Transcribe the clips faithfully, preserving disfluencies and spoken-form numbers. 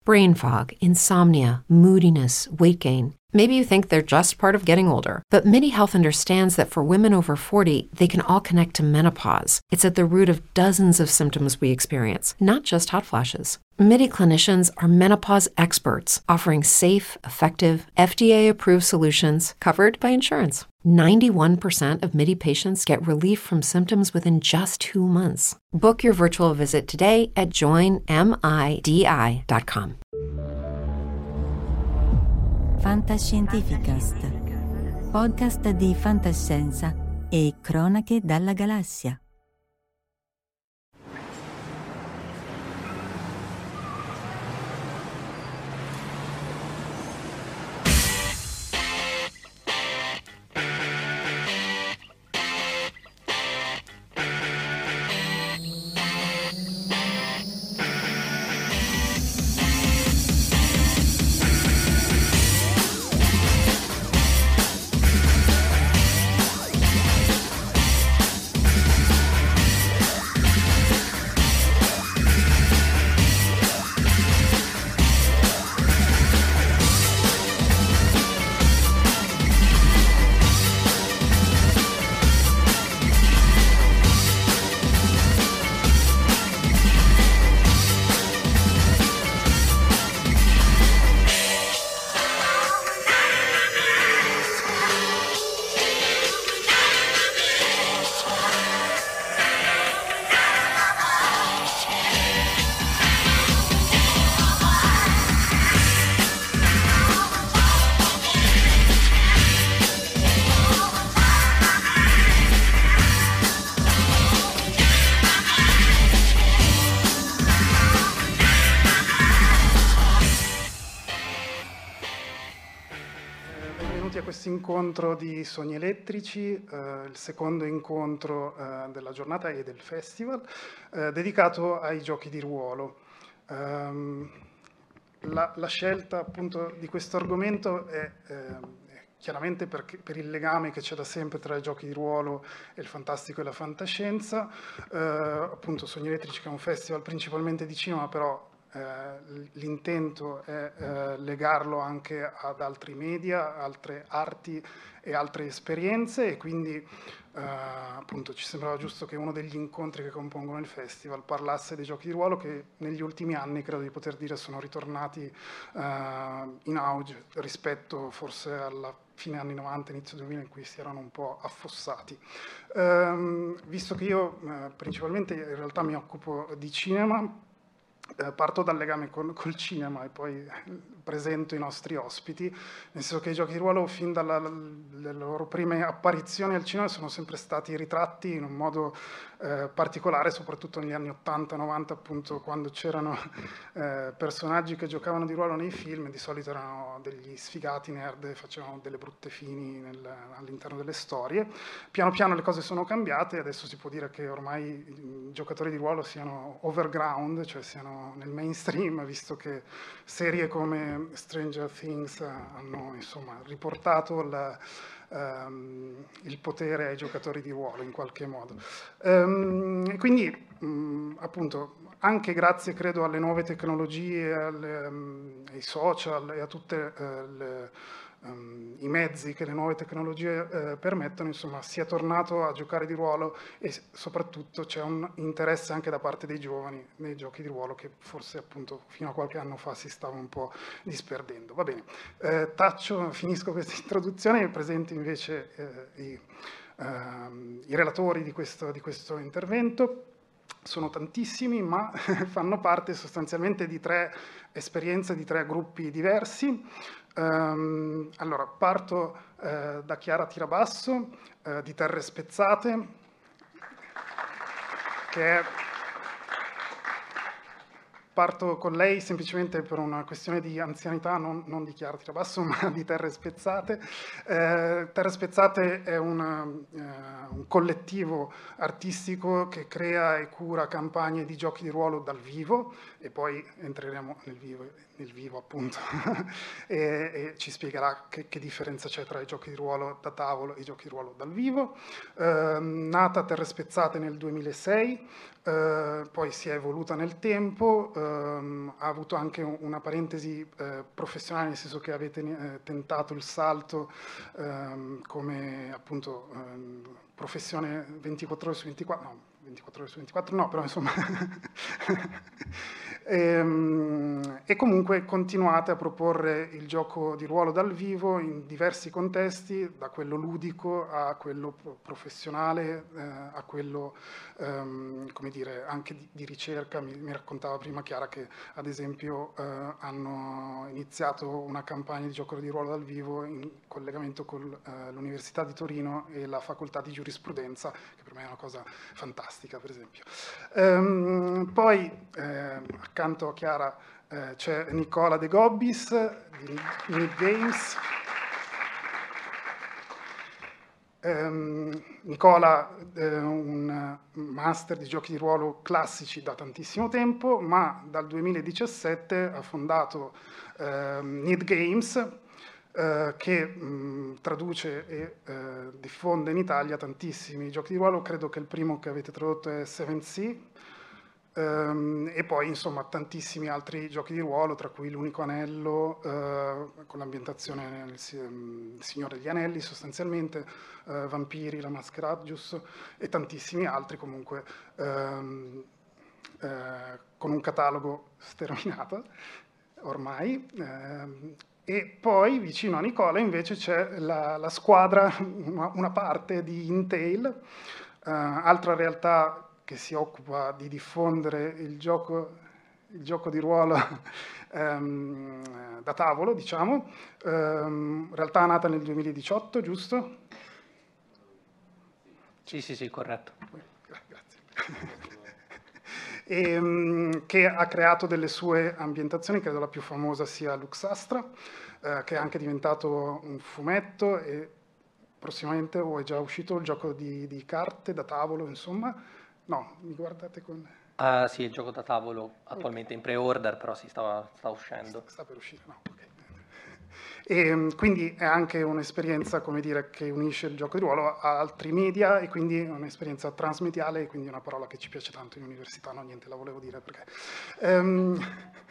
brain fog, insomnia, moodiness, weight gain. Maybe you think they're just part of getting older, but MIDI Health understands that for women over forty, they can all connect to menopause. It's at the root of dozens of symptoms we experience, not just hot flashes. MIDI clinicians are menopause experts, offering safe, effective, F D A-approved solutions covered by insurance. ninety-one percent of MIDI patients get relief from symptoms within just two months. Book your virtual visit today at join midi dot com. Fantascientificast, podcast di fantascienza e cronache dalla galassia. Incontro di Sogni Elettrici, eh, il secondo incontro eh, della giornata e del festival, eh, dedicato ai giochi di ruolo. Um, la, la scelta appunto di questo argomento è eh, chiaramente perché, per il legame che c'è da sempre tra i giochi di ruolo e il fantastico e la fantascienza. Eh, appunto Sogni Elettrici, che è un festival principalmente di cinema, però Eh, l'intento è eh, legarlo anche ad altri media, altre arti e altre esperienze, e quindi eh, appunto ci sembrava giusto che uno degli incontri che compongono il festival parlasse dei giochi di ruolo che negli ultimi anni, credo di poter dire, sono ritornati eh, in auge rispetto forse alla fine anni novanta, inizio duemila, in cui si erano un po' affossati. Ehm, visto che io eh, principalmente in realtà mi occupo di cinema, Eh, parto dal legame con, col cinema e poi presento i nostri ospiti, nel senso che i giochi di ruolo fin dalle loro prime apparizioni al cinema sono sempre stati ritratti in un modo eh, particolare, soprattutto negli anni ottanta novanta, appunto, quando c'erano eh, personaggi che giocavano di ruolo nei film, di solito erano degli sfigati nerd e facevano delle brutte fini nel, all'interno delle storie. Piano piano le cose sono cambiate, adesso si può dire che ormai i giocatori di ruolo siano overground, cioè siano nel mainstream, visto che serie come Stranger Things hanno insomma riportato la, um, il potere ai giocatori di ruolo in qualche modo. Um, quindi um, appunto anche grazie credo alle nuove tecnologie, alle, um, ai social e a tutte uh, le Um, i mezzi che le nuove tecnologie eh, permettono, insomma, si è tornato a giocare di ruolo, e soprattutto c'è un interesse anche da parte dei giovani nei giochi di ruolo che forse appunto fino a qualche anno fa si stava un po' disperdendo. Va bene, eh, taccio, finisco questa introduzione e presento invece eh, i, uh, i relatori di questo, di questo intervento. Sono tantissimi, ma fanno parte sostanzialmente di tre esperienze, di tre gruppi diversi. Um, allora, parto uh, da Chiara Tirabasso, uh, di Terre Spezzate, che è... Parto con lei semplicemente per una questione di anzianità, non, non di Chiara Tirabasso, ma di Terre Spezzate. Eh, Terre Spezzate è una, eh, un collettivo artistico che crea e cura campagne di giochi di ruolo dal vivo, e poi entreremo nel vivo, nel vivo appunto, e, e ci spiegherà che, che differenza c'è tra i giochi di ruolo da tavolo e i giochi di ruolo dal vivo. Eh, nata a Terre Spezzate nel duemilasei, eh, poi si è evoluta nel tempo, ehm, ha avuto anche una parentesi eh, professionale, nel senso che avete eh, tentato il salto ehm, come appunto ehm, professione ventiquattro ore su ventiquattro, no, ventiquattro ore su ventiquattro no, però insomma e, e comunque continuate a proporre il gioco di ruolo dal vivo in diversi contesti, da quello ludico a quello professionale, eh, a quello ehm, come dire, anche di, di ricerca. Mi, mi raccontava prima Chiara che ad esempio eh, hanno iniziato una campagna di gioco di ruolo dal vivo in collegamento con eh, l'Università di Torino e la facoltà di giurisprudenza, che per me è una cosa fantastica, per esempio. Ehm, poi eh, accanto a Chiara eh, c'è Nicola De Gobbis di Need Games. Um, Nicola è eh, un master di giochi di ruolo classici da tantissimo tempo, ma dal duemiladiciassette ha fondato eh, Need Games, eh, che mh, traduce e eh, diffonde in Italia tantissimi giochi di ruolo. Credo che il primo che avete tradotto è Seven Sea, Um, e poi insomma tantissimi altri giochi di ruolo, tra cui l'Unico Anello, uh, con l'ambientazione nel um, Signore degli Anelli sostanzialmente, uh, Vampiri, la Masqueradius e tantissimi altri comunque, um, uh, con un catalogo sterminato ormai. Uh, e poi vicino a Nicola invece c'è la, la squadra, una, una parte di Intail, uh, altra realtà che si occupa di diffondere il gioco, il gioco di ruolo ehm, da tavolo, diciamo, ehm, realtà nata nel duemiladiciotto, giusto? Sì, sì, sì, corretto. Grazie. E, che ha creato delle sue ambientazioni, credo la più famosa sia Luxastra, eh, che è anche diventato un fumetto e prossimamente o è già uscito il gioco di, di carte da tavolo, insomma. No, mi guardate con... Uh, sì, il gioco da tavolo attualmente okay. In pre-order, però si sta, sta uscendo. Sta, sta per uscire, no, ok. E quindi è anche un'esperienza, come dire, che unisce il gioco di ruolo a altri media e quindi è un'esperienza transmediale, e quindi una parola che ci piace tanto in università, no, niente, la volevo dire perché... Um,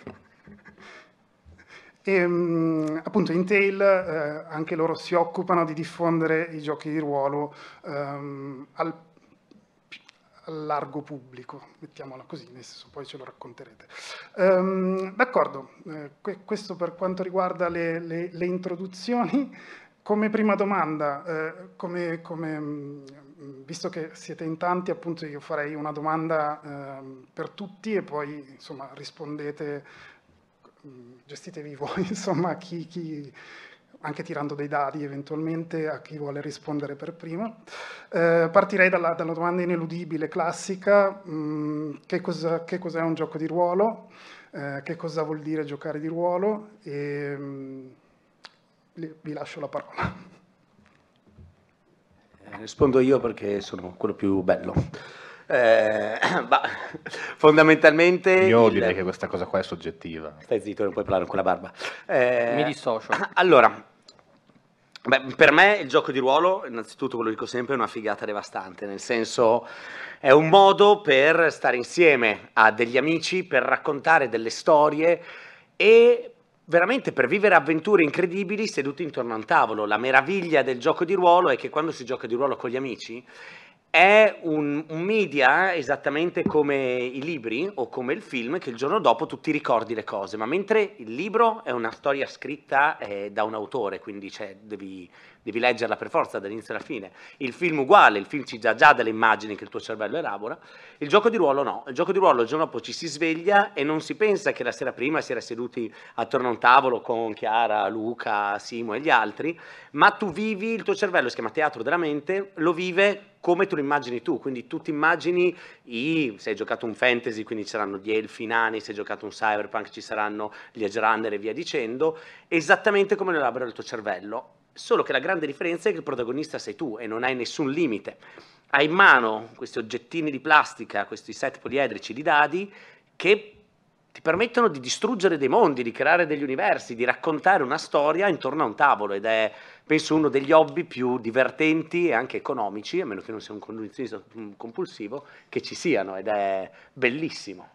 E, um, appunto Intail, eh, anche loro si occupano di diffondere i giochi di ruolo um, al, al largo pubblico, mettiamola così, nel senso poi ce lo racconterete. Um, D'accordo, eh, que questo per quanto riguarda le, le, le introduzioni. Come prima domanda, eh, come, come, mh, visto che siete in tanti, appunto io farei una domanda eh, per tutti e poi insomma rispondete, gestitevi voi, insomma, chi, chi, anche tirando dei dadi eventualmente a chi vuole rispondere per primo. Eh, partirei dalla, dalla domanda ineludibile, classica, mh, che cos'è che cos'è un gioco di ruolo, eh, che cosa vuol dire giocare di ruolo, e mh, vi lascio la parola. Eh, rispondo io perché sono quello più bello. Eh, bah, fondamentalmente io il... direi che questa cosa qua è soggettiva. Stai zitto, non puoi parlare con la barba. Eh, mi dissocio. Allora, beh, per me il gioco di ruolo, innanzitutto ve lo dico sempre, è una figata devastante, nel senso è un modo per stare insieme a degli amici, per raccontare delle storie e veramente per vivere avventure incredibili seduti intorno a un tavolo. La meraviglia del gioco di ruolo è che quando si gioca di ruolo con gli amici è un, un media esattamente come i libri o come il film, che il giorno dopo tu ti ricordi le cose, ma mentre il libro è una storia scritta eh, da un autore, quindi cioè, devi, devi leggerla per forza dall'inizio alla fine. Il film uguale, il film ci dà già delle immagini che il tuo cervello elabora, il gioco di ruolo no, il gioco di ruolo il giorno dopo ci si sveglia e non si pensa che la sera prima si era seduti attorno a un tavolo con Chiara, Luca, Simo e gli altri, ma tu vivi, il tuo cervello si chiama teatro della mente, lo vive come tu lo immagini tu, quindi tu ti immagini, i, se hai giocato un fantasy, quindi ci saranno gli elfi, i nani, se hai giocato un cyberpunk ci saranno gli edge runner e via dicendo, esattamente come lo elabora il tuo cervello, solo che la grande differenza è che il protagonista sei tu e non hai nessun limite. Hai in mano questi oggettini di plastica, questi set poliedrici di dadi che ti permettono di distruggere dei mondi, di creare degli universi, di raccontare una storia intorno a un tavolo, ed è, penso, uno degli hobby più divertenti e anche economici, a meno che non sia un collezionista compulsivo, che ci siano, ed è bellissimo.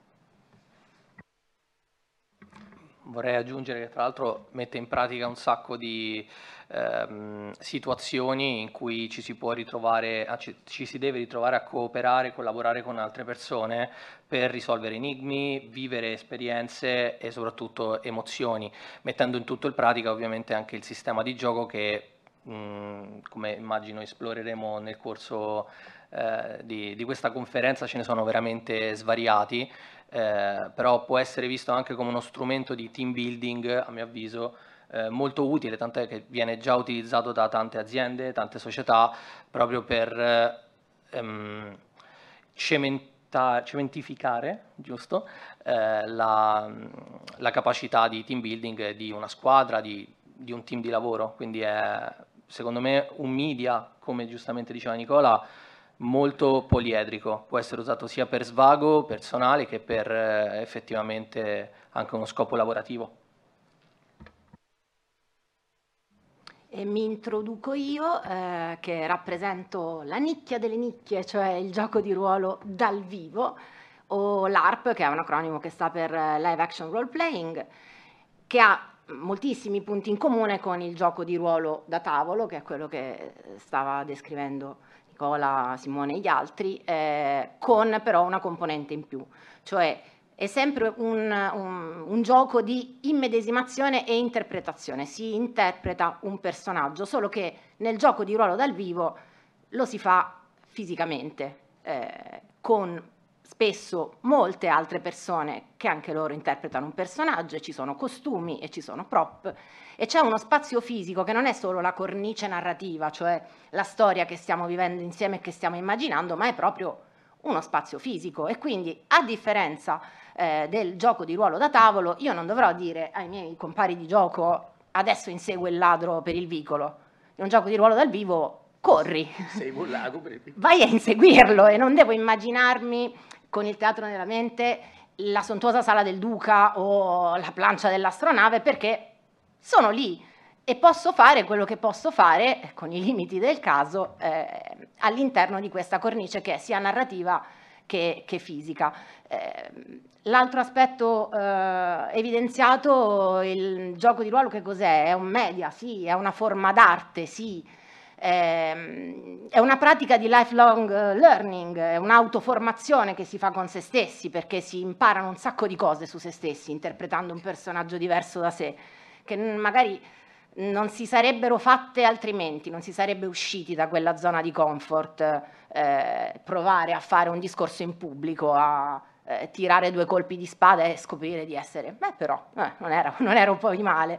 Vorrei aggiungere che tra l'altro mette in pratica un sacco di ehm, situazioni in cui ci si può ritrovare, ci, ci si deve ritrovare a cooperare, collaborare con altre persone per risolvere enigmi, vivere esperienze e soprattutto emozioni, mettendo in tutto in pratica ovviamente anche il sistema di gioco che, mh, come immagino esploreremo nel corso eh, di, di questa conferenza, ce ne sono veramente svariati. Eh, però può essere visto anche come uno strumento di team building, a mio avviso, eh, molto utile, tant'è che viene già utilizzato da tante aziende, tante società, proprio per eh, ehm, cementa- cementificare, giusto, eh, la, la capacità di team building di una squadra, di, di un team di lavoro. Quindi è, secondo me, un media, come giustamente diceva Nicola, molto poliedrico, può essere usato sia per svago personale che per eh, effettivamente anche uno scopo lavorativo. E mi introduco io, eh, che rappresento la nicchia delle nicchie, cioè il gioco di ruolo dal vivo, o l'ARP, che è un acronimo che sta per Live Action Role Playing, che ha moltissimi punti in comune con il gioco di ruolo da tavolo, che è quello che stava descrivendo Nicola, Simone e gli altri, eh, con però una componente in più, cioè è sempre un, un, un gioco di immedesimazione e interpretazione. Si interpreta un personaggio, solo che nel gioco di ruolo dal vivo lo si fa fisicamente, eh, con spesso molte altre persone che anche loro interpretano un personaggio, e ci sono costumi e ci sono prop, e c'è uno spazio fisico che non è solo la cornice narrativa, cioè la storia che stiamo vivendo insieme e che stiamo immaginando, ma è proprio uno spazio fisico. E quindi, a differenza eh, del gioco di ruolo da tavolo, io non dovrò dire ai miei compari di gioco adesso insegue il ladro per il vicolo. In un gioco di ruolo dal vivo corri, Sei un lago per il vicolo. Vai a inseguirlo, e non devo immaginarmi con il teatro nella mente la sontuosa sala del duca o la plancia dell'astronave, perché sono lì e posso fare quello che posso fare, con i limiti del caso, eh, all'interno di questa cornice che è sia narrativa che, che fisica. Eh, l'altro aspetto eh, evidenziato, il gioco di ruolo che cos'è? È un media, sì, è una forma d'arte, sì, eh, è una pratica di lifelong learning, è un'autoformazione che si fa con se stessi, perché si imparano un sacco di cose su se stessi interpretando un personaggio diverso da sé, che magari non si sarebbero fatte altrimenti, non si sarebbe usciti da quella zona di comfort, eh, provare a fare un discorso in pubblico, a eh, tirare due colpi di spada e scoprire di essere, beh però, eh, non, era, non era un po' di male.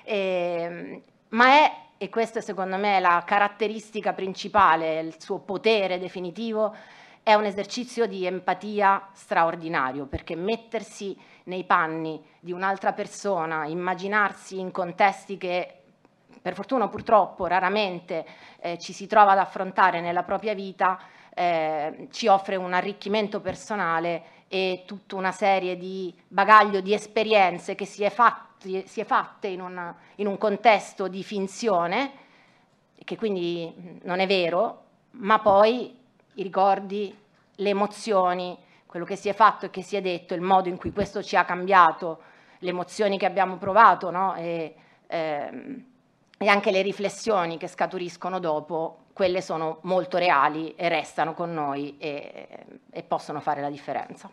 E, ma è, e questa secondo me è la caratteristica principale, il suo potere definitivo, è un esercizio di empatia straordinario, perché mettersi nei panni di un'altra persona, immaginarsi in contesti che per fortuna o purtroppo raramente eh, ci si trova ad affrontare nella propria vita, eh, ci offre un arricchimento personale e tutta una serie di bagaglio di esperienze che si è, fatti, si è fatte in, una, in un contesto di finzione, che quindi non è vero, ma poi i ricordi, le emozioni, quello che si è fatto e che si è detto, il modo in cui questo ci ha cambiato, le emozioni che abbiamo provato, no? e, ehm, e anche le riflessioni che scaturiscono dopo, quelle sono molto reali e restano con noi e, e possono fare la differenza.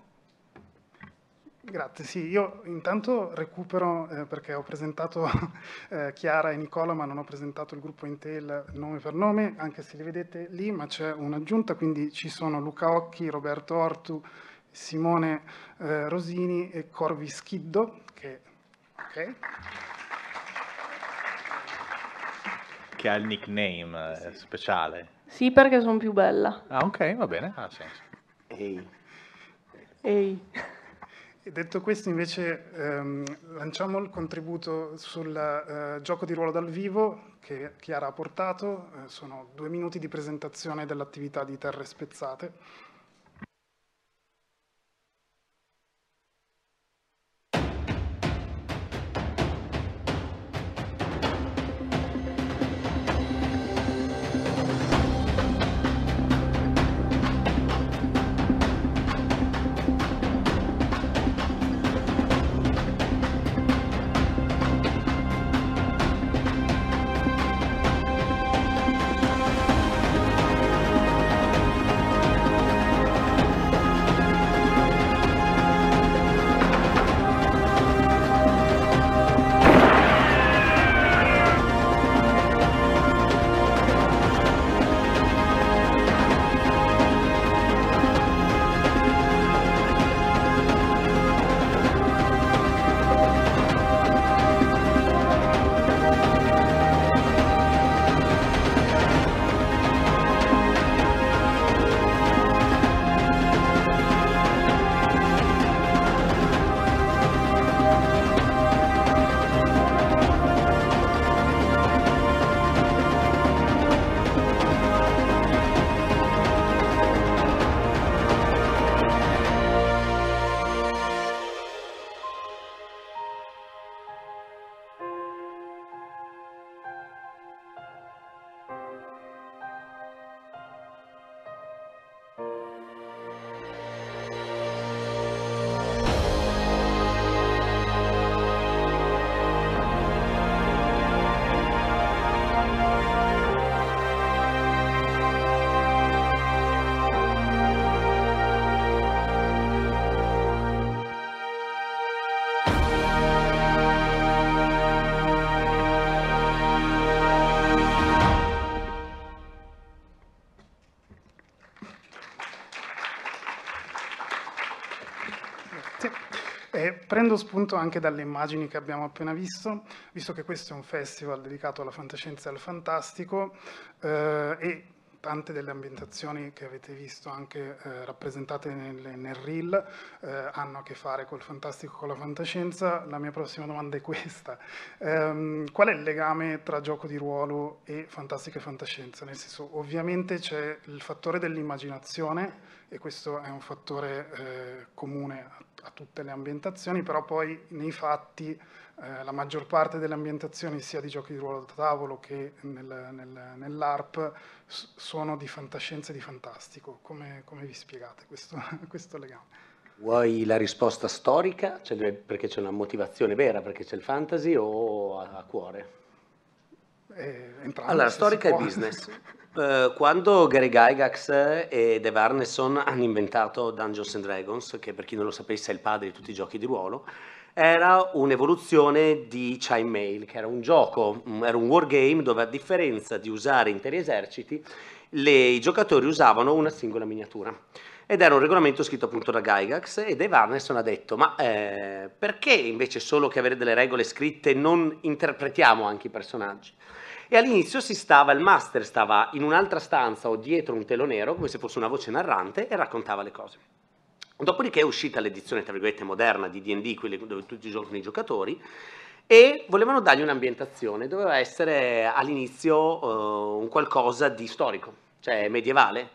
Grazie, sì, io intanto recupero, eh, perché ho presentato eh, Chiara e Nicola, ma non ho presentato il gruppo Intel nome per nome, anche se li vedete lì, ma c'è un'aggiunta, quindi ci sono Luca Occhi, Roberto Ortu, Simone eh, Rosini e Corvi Schiddo, che, okay. Che ha il nickname eh, speciale. Sì, perché sono più bella. Ah, ok, va bene, ha senso. Ehi. Ehi. E detto questo, invece, ehm, lanciamo il contributo sul eh, gioco di ruolo dal vivo che Chiara ha portato. Eh, sono due minuti di presentazione dell'attività di Terre Spezzate. prendo spunto anche dalle immagini che abbiamo appena visto, visto che questo è un festival dedicato alla fantascienza e al fantastico, eh, e tante delle ambientazioni che avete visto anche eh, rappresentate nel, nel reel eh, hanno a che fare col fantastico, con la fantascienza. La mia prossima domanda è questa. Ehm, qual è il legame tra gioco di ruolo e fantastica e fantascienza? Nel senso, ovviamente c'è il fattore dell'immaginazione, e questo è un fattore eh, comune a, a tutte le ambientazioni, però poi nei fatti eh, la maggior parte delle ambientazioni, sia di giochi di ruolo da tavolo che nel, nel, nell'ARP, sono di fantascienza e di fantastico. Come, come vi spiegate questo, questo legame? Vuoi la risposta storica? Cioè, perché c'è una motivazione vera, perché c'è il fantasy, o a, a cuore? Eh, allora, storica e business. Uh, quando Gary Gygax e Dave Arneson hanno inventato Dungeons and Dragons, che per chi non lo sapesse è il padre di tutti i giochi di ruolo, era un'evoluzione di Chainmail, che era un gioco, era un wargame dove, a differenza di usare interi eserciti, le, i giocatori usavano una singola miniatura. Ed era un regolamento scritto appunto da Gygax, e Dave Arneson ha detto: ma eh, perché invece solo che avere delle regole scritte non interpretiamo anche i personaggi? E all'inizio si stava, il master stava in un'altra stanza o dietro un telo nero, come se fosse una voce narrante, e raccontava le cose. Dopodiché è uscita l'edizione, tra virgolette, moderna di D and D, quelle dove tutti giocano i giocatori, e volevano dargli un'ambientazione. Doveva essere all'inizio uh, un qualcosa di storico, cioè medievale.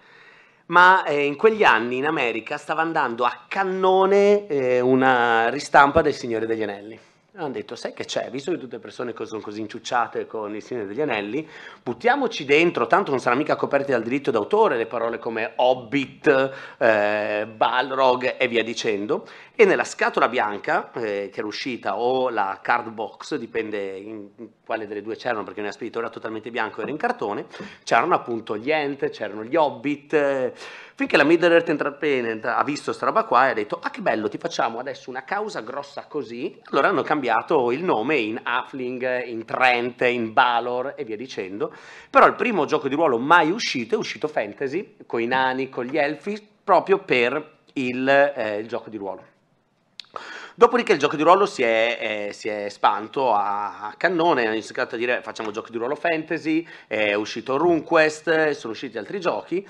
Ma eh, in quegli anni in America stava andando a cannone eh, una ristampa del Signore degli Anelli. Hanno detto: sai che c'è, visto che tutte le persone sono così inciucciate con il Signore degli Anelli, buttiamoci dentro, tanto non saranno mica coperte dal diritto d'autore le parole come Hobbit, eh, Balrog e via dicendo. E nella scatola bianca eh, che era uscita, o la card box, dipende in quale delle due c'erano, perché nella spedito era totalmente bianco, era in cartone, c'erano appunto gli Ent, c'erano gli Hobbit, eh, finché la Middle Earth Entertainment ha visto sta roba qua e ha detto: ah, che bello, ti facciamo adesso una causa grossa così. Allora hanno cambiato il nome in Halfling, in Trent, in Balor e via dicendo. Però il primo gioco di ruolo mai uscito è uscito fantasy, con i nani, con gli elfi, proprio per il, eh, il gioco di ruolo. Dopodiché il gioco di ruolo si è, eh, si è espanto a, a cannone, hanno iniziato a dire: facciamo giochi di ruolo fantasy, è uscito RuneQuest, sono usciti altri giochi,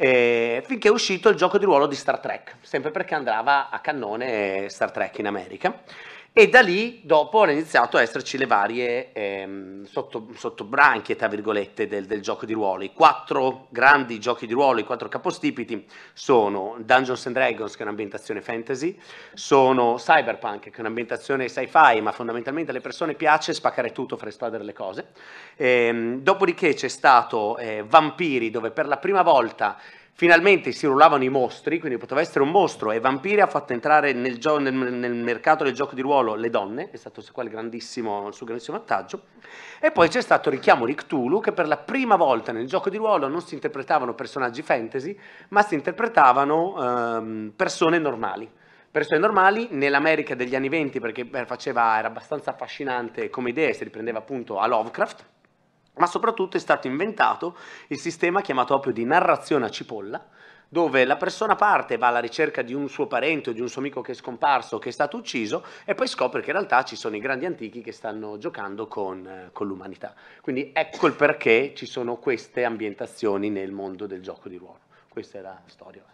eh, finché è uscito il gioco di ruolo di Star Trek, sempre perché andava a cannone Star Trek in America. E da lì dopo hanno iniziato a esserci le varie ehm, sotto, sottobranchie, tra virgolette, del, del gioco di ruolo. I quattro grandi giochi di ruolo, i quattro capostipiti, sono Dungeons and Dragons, che è un'ambientazione fantasy, sono Cyberpunk, che è un'ambientazione sci-fi, ma fondamentalmente alle persone piace spaccare tutto, far esplodere le cose. Ehm, dopodiché c'è stato eh, Vampiri, dove per la prima volta finalmente si rullavano i mostri, quindi poteva essere un mostro, e Vampiri ha fatto entrare nel, gio- nel, nel mercato del gioco di ruolo le donne, è stato qua il grandissimo, il suo grandissimo vantaggio. E poi c'è stato Richiamo di Cthulhu, che per la prima volta nel gioco di ruolo non si interpretavano personaggi fantasy, ma si interpretavano ehm, persone normali. Persone normali nell'America degli anni venti, perché faceva, era abbastanza affascinante come idea, si riprendeva appunto a Lovecraft. Ma soprattutto è stato inventato il sistema chiamato proprio di narrazione a cipolla, dove la persona parte, va alla ricerca di un suo parente o di un suo amico che è scomparso o che è stato ucciso, e poi scopre che in realtà ci sono i grandi antichi che stanno giocando con, eh, con l'umanità. Quindi ecco il perché ci sono queste ambientazioni nel mondo del gioco di ruolo. Questa è la storia.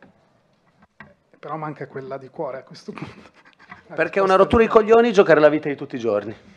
Però manca quella di cuore a questo punto. Perché è una rottura di coglioni giocare la vita di tutti i giorni.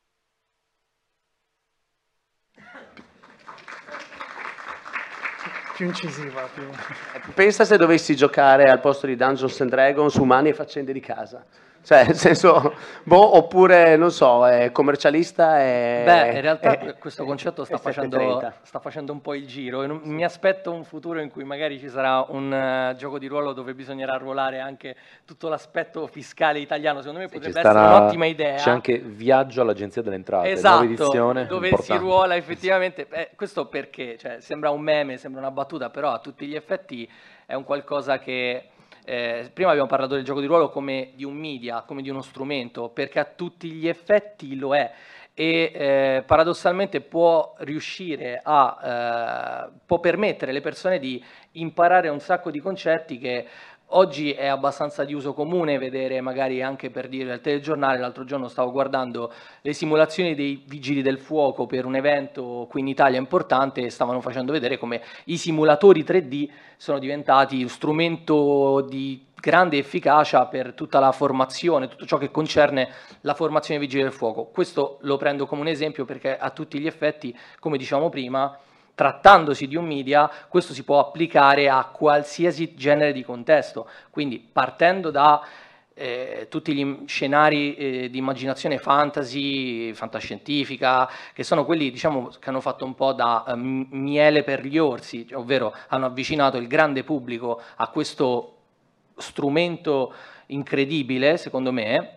Più incisiva. Più... Pensa se dovessi giocare al posto di Dungeons and Dragons umani e faccende di casa. Cioè, nel senso, boh, oppure, non so, è commercialista e... Beh, in realtà è, questo concetto sta è facendo, sta facendo un po' il giro. E non, mi aspetto un futuro in cui magari ci sarà un uh, gioco di ruolo dove bisognerà arruolare anche tutto l'aspetto fiscale italiano. Secondo me potrebbe essere starà, un'ottima idea. C'è anche Viaggio all'Agenzia delle Entrate, esatto, nuova edizione, dove importante. si ruola effettivamente. Eh, questo perché? Cioè, sembra un meme, sembra una battuta, però a tutti gli effetti è un qualcosa che... Eh, prima abbiamo parlato del gioco di ruolo come di un media, come di uno strumento, perché a tutti gli effetti lo è, e eh, paradossalmente può riuscire a, eh, può permettere alle persone di imparare un sacco di concetti che Oggi è abbastanza di uso comune vedere, magari anche per dire al telegiornale, l'altro giorno stavo guardando le simulazioni dei vigili del fuoco per un evento qui in Italia importante e stavano facendo vedere come i simulatori tre D sono diventati uno strumento di grande efficacia per tutta la formazione, tutto ciò che concerne la formazione dei vigili del fuoco. Questo lo prendo come un esempio perché a tutti gli effetti, come dicevamo prima, trattandosi di un media, questo si può applicare a qualsiasi genere di contesto, quindi partendo da eh, tutti gli scenari eh, di immaginazione fantasy, fantascientifica, che sono quelli, diciamo, che hanno fatto un po' da eh, miele per gli orsi, ovvero hanno avvicinato il grande pubblico a questo strumento incredibile, secondo me,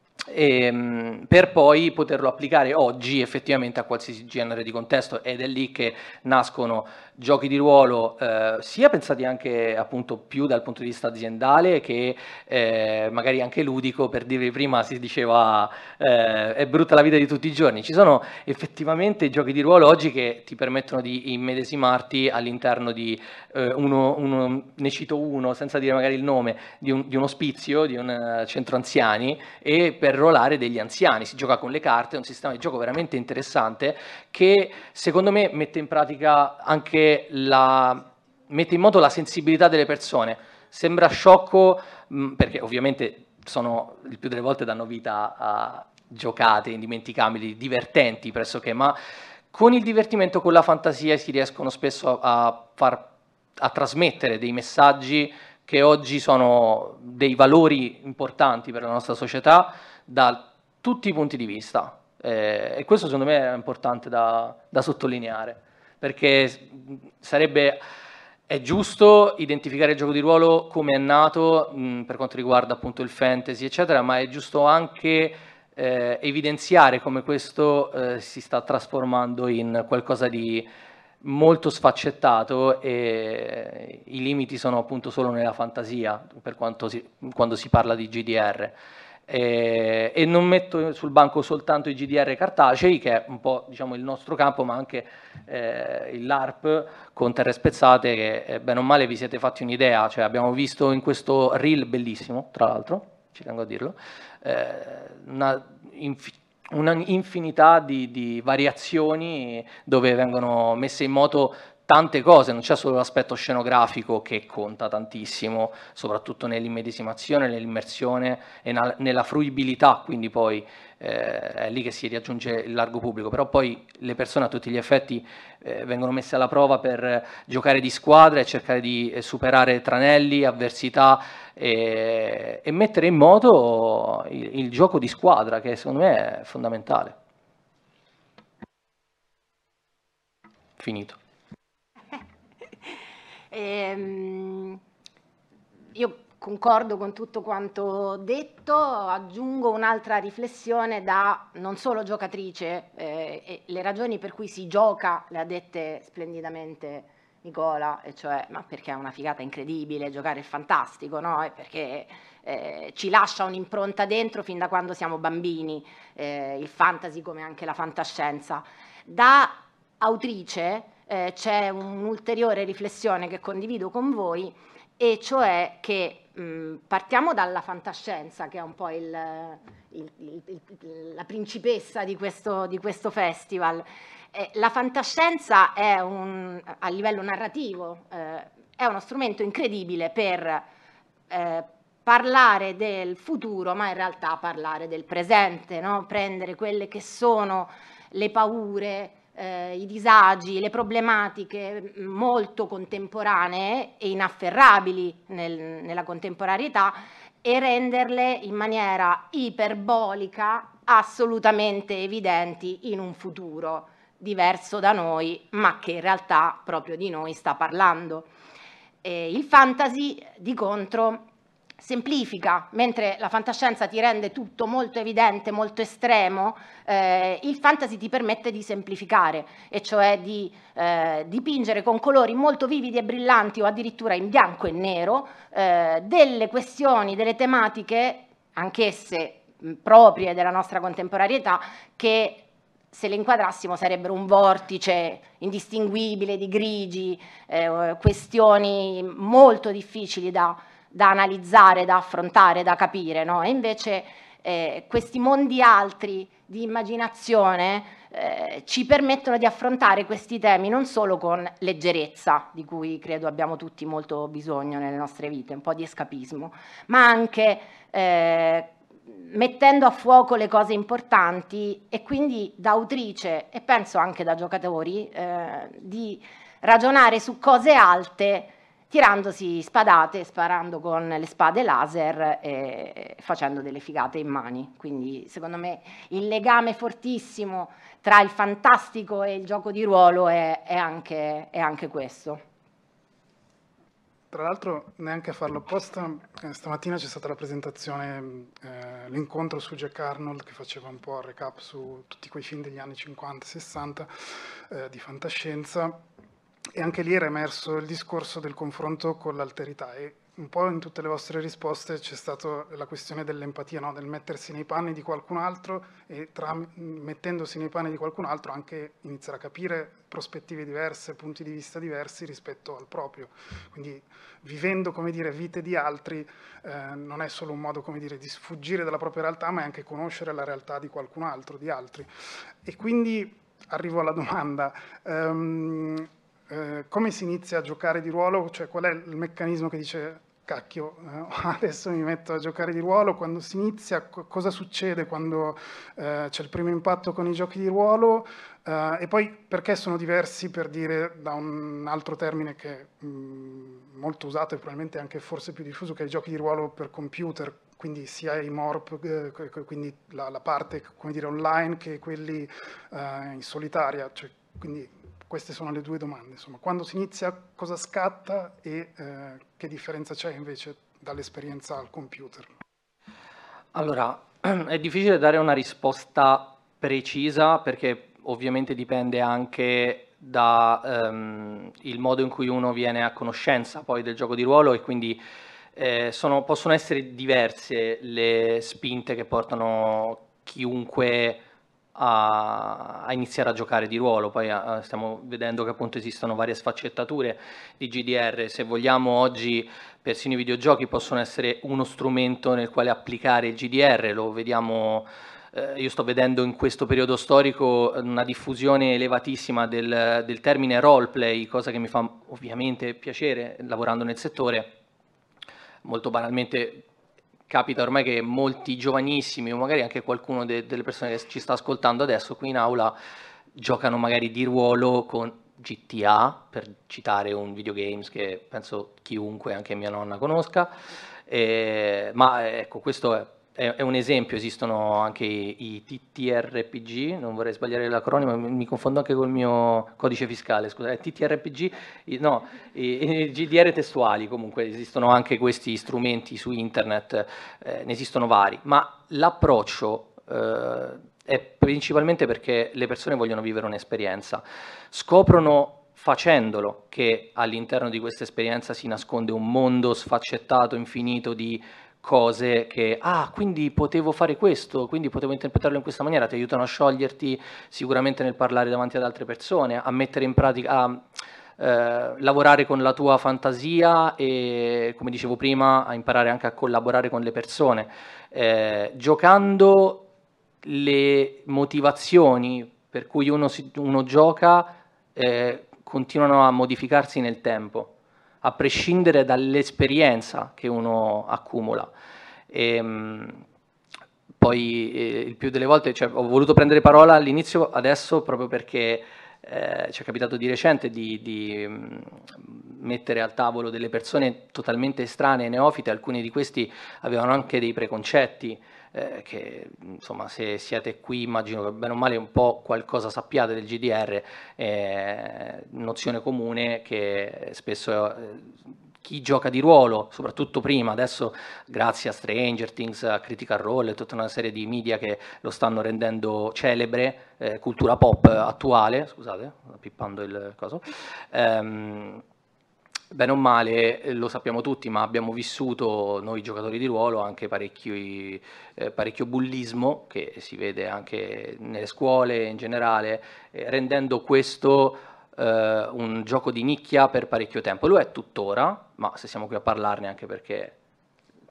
E, per poi poterlo applicare oggi effettivamente a qualsiasi genere di contesto, ed è lì che nascono giochi di ruolo eh, sia pensati anche appunto più dal punto di vista aziendale che eh, magari anche ludico. Per dire, prima si diceva eh, è brutta la vita di tutti i giorni, ci sono effettivamente giochi di ruolo oggi che ti permettono di immedesimarti all'interno di eh, uno, uno, ne cito uno senza dire magari il nome, di, un, di un ospizio, di un uh, centro anziani, e per rollare degli anziani, si gioca con le carte, è un sistema di gioco veramente interessante che secondo me mette in pratica anche la, mette in moto la sensibilità delle persone. Sembra sciocco mh, perché ovviamente sono, il più delle volte danno vita a giocate indimenticabili, divertenti pressoché, ma con il divertimento, con la fantasia si riescono spesso a far a trasmettere dei messaggi che oggi sono dei valori importanti per la nostra società da tutti i punti di vista, eh, e questo secondo me è importante da, da sottolineare, perché sarebbe, è giusto identificare il gioco di ruolo come è nato mh, per quanto riguarda appunto il fantasy eccetera, ma è giusto anche eh, evidenziare come questo eh, si sta trasformando in qualcosa di molto sfaccettato, e i limiti sono appunto solo nella fantasia per quanto si, quando si parla di G D R. E, e non metto sul banco soltanto i G D R cartacei, che è un po', diciamo, il nostro campo, ma anche eh, il LARP con Terre Spezzate, che eh, bene o male vi siete fatti un'idea, cioè abbiamo visto in questo reel bellissimo, tra l'altro, ci tengo a dirlo, eh, una inf- una infinità di, di variazioni dove vengono messe in moto tante cose, non c'è solo l'aspetto scenografico che conta tantissimo, soprattutto nell'immedesimazione, nell'immersione e na- nella fruibilità, quindi poi eh, è lì che si raggiunge il largo pubblico, però poi le persone a tutti gli effetti eh, vengono messe alla prova per giocare di squadra e cercare di eh, superare tranelli, avversità e, e mettere in moto il, il gioco di squadra, che secondo me è fondamentale. Finito. Ehm, io concordo con tutto quanto detto, aggiungo un'altra riflessione da non solo giocatrice, eh, e le ragioni per cui si gioca le ha dette splendidamente Nicola, e cioè ma perché è una figata incredibile, giocare è fantastico, no? E perché eh, ci lascia un'impronta dentro fin da quando siamo bambini, eh, il fantasy come anche la fantascienza. Da autrice eh, c'è un'ulteriore riflessione che condivido con voi, e cioè che mh, partiamo dalla fantascienza, che è un po' il, il, il, il, la principessa di questo, di questo festival. Eh, la fantascienza è un, a livello narrativo eh, è uno strumento incredibile per eh, parlare del futuro, ma in realtà parlare del presente, no? Prendere quelle che sono le paure, eh, i disagi, le problematiche molto contemporanee e inafferrabili nel, nella contemporaneità, e renderle in maniera iperbolica assolutamente evidenti in un futuro diverso da noi, ma che in realtà proprio di noi sta parlando. Eh, il fantasy, di contro, semplifica, mentre la fantascienza ti rende tutto molto evidente, molto estremo, eh, il fantasy ti permette di semplificare, e cioè di eh, dipingere con colori molto vividi e brillanti, o addirittura in bianco e nero, eh, delle questioni, delle tematiche, anch'esse mh, proprie della nostra contemporaneità, che se le inquadrassimo sarebbero un vortice indistinguibile di grigi, eh, questioni molto difficili da da analizzare, da affrontare, da capire, no? E invece eh, questi mondi altri di immaginazione eh, ci permettono di affrontare questi temi non solo con leggerezza, di cui credo abbiamo tutti molto bisogno nelle nostre vite, un po' di escapismo, ma anche eh, mettendo a fuoco le cose importanti e quindi da autrice e penso anche da giocatori eh, di ragionare su cose alte tirandosi spadate, sparando con le spade laser e facendo delle figate in mani. Quindi secondo me il legame fortissimo tra il fantastico e il gioco di ruolo è, è, anche, è anche questo. Tra l'altro, neanche a farlo apposta, eh, stamattina c'è stata la presentazione, eh, l'incontro su Jack Arnold, che faceva un po' il recap su tutti quei film degli anni cinquanta sessanta eh, di fantascienza, e anche lì era emerso il discorso del confronto con l'alterità, e un po' in tutte le vostre risposte c'è stata la questione dell'empatia, no? Del mettersi nei panni di qualcun altro e tra, mettendosi nei panni di qualcun altro anche iniziare a capire prospettive diverse, punti di vista diversi rispetto al proprio. Quindi vivendo, come dire, vite di altri eh, non è solo un modo, come dire, di sfuggire dalla propria realtà, ma è anche conoscere la realtà di qualcun altro, di altri. E quindi arrivo alla domanda. Um, Eh, come si inizia a giocare di ruolo? Cioè, qual è il meccanismo che dice cacchio, eh, adesso mi metto a giocare di ruolo? Quando si inizia, co- cosa succede quando eh, c'è il primo impatto con i giochi di ruolo? Eh, e poi perché sono diversi, per dire, da un altro termine che è mh, molto usato e probabilmente anche forse più diffuso, che è i giochi di ruolo per computer, quindi sia i morp, eh, quindi la, la parte, come dire, online, che quelli eh, in solitaria, cioè, quindi queste sono le due domande, insomma, quando si inizia, cosa scatta e eh, che differenza c'è invece dall'esperienza al computer? Allora, è difficile dare una risposta precisa perché ovviamente dipende anche da um, il modo in cui uno viene a conoscenza poi del gioco di ruolo, e quindi eh, sono, possono essere diverse le spinte che portano chiunque A, a iniziare a giocare di ruolo. Poi a, stiamo vedendo che appunto esistono varie sfaccettature di G D R. Se vogliamo, oggi persino i videogiochi possono essere uno strumento nel quale applicare il G D R, lo vediamo. Eh, io sto vedendo in questo periodo storico una diffusione elevatissima del, del termine roleplay, cosa che mi fa ovviamente piacere lavorando nel settore. Molto banalmente capita ormai che molti giovanissimi, o magari anche qualcuno de- delle persone che ci sta ascoltando adesso qui in aula, giocano magari di ruolo con G T A, per citare un videogames che penso chiunque, anche mia nonna, conosca. Eh, ma ecco, questo è, è, è un esempio. Esistono anche i, i T T R P G, non vorrei sbagliare l'acronimo, mi, mi confondo anche col mio codice fiscale, scusa, è T T R P G, i, no, i, i G D R testuali. Comunque esistono anche questi strumenti su internet, eh, ne esistono vari, ma l'approccio eh, è principalmente perché le persone vogliono vivere un'esperienza, scoprono facendolo che all'interno di questa esperienza si nasconde un mondo sfaccettato, infinito di cose che, ah, quindi potevo fare questo, quindi potevo interpretarlo in questa maniera, ti aiutano a scioglierti sicuramente nel parlare davanti ad altre persone, a mettere in pratica, a eh, lavorare con la tua fantasia e, come dicevo prima, a imparare anche a collaborare con le persone. Eh, giocando, le motivazioni per cui uno, si, uno gioca eh, continuano a modificarsi nel tempo, a prescindere dall'esperienza che uno accumula. E, mh, poi eh, il più delle volte, cioè, ho voluto prendere parola all'inizio adesso proprio perché eh, ci è capitato di recente di, di mh, mettere al tavolo delle persone totalmente estranee, neofite. Alcuni di questi avevano anche dei preconcetti, eh, che insomma, se siete qui immagino che bene o male un po' qualcosa sappiate del G D R, eh, nozione comune che spesso eh, chi gioca di ruolo, soprattutto prima, adesso grazie a Stranger Things, a Critical Role e tutta una serie di media che lo stanno rendendo celebre, eh, cultura pop attuale, scusate, pippando il coso, ehm, bene o male lo sappiamo tutti, ma abbiamo vissuto noi giocatori di ruolo anche parecchio, eh, parecchio bullismo, che si vede anche nelle scuole in generale, eh, rendendo questo eh, un gioco di nicchia per parecchio tempo. Lo è tuttora, ma se siamo qui a parlarne anche perché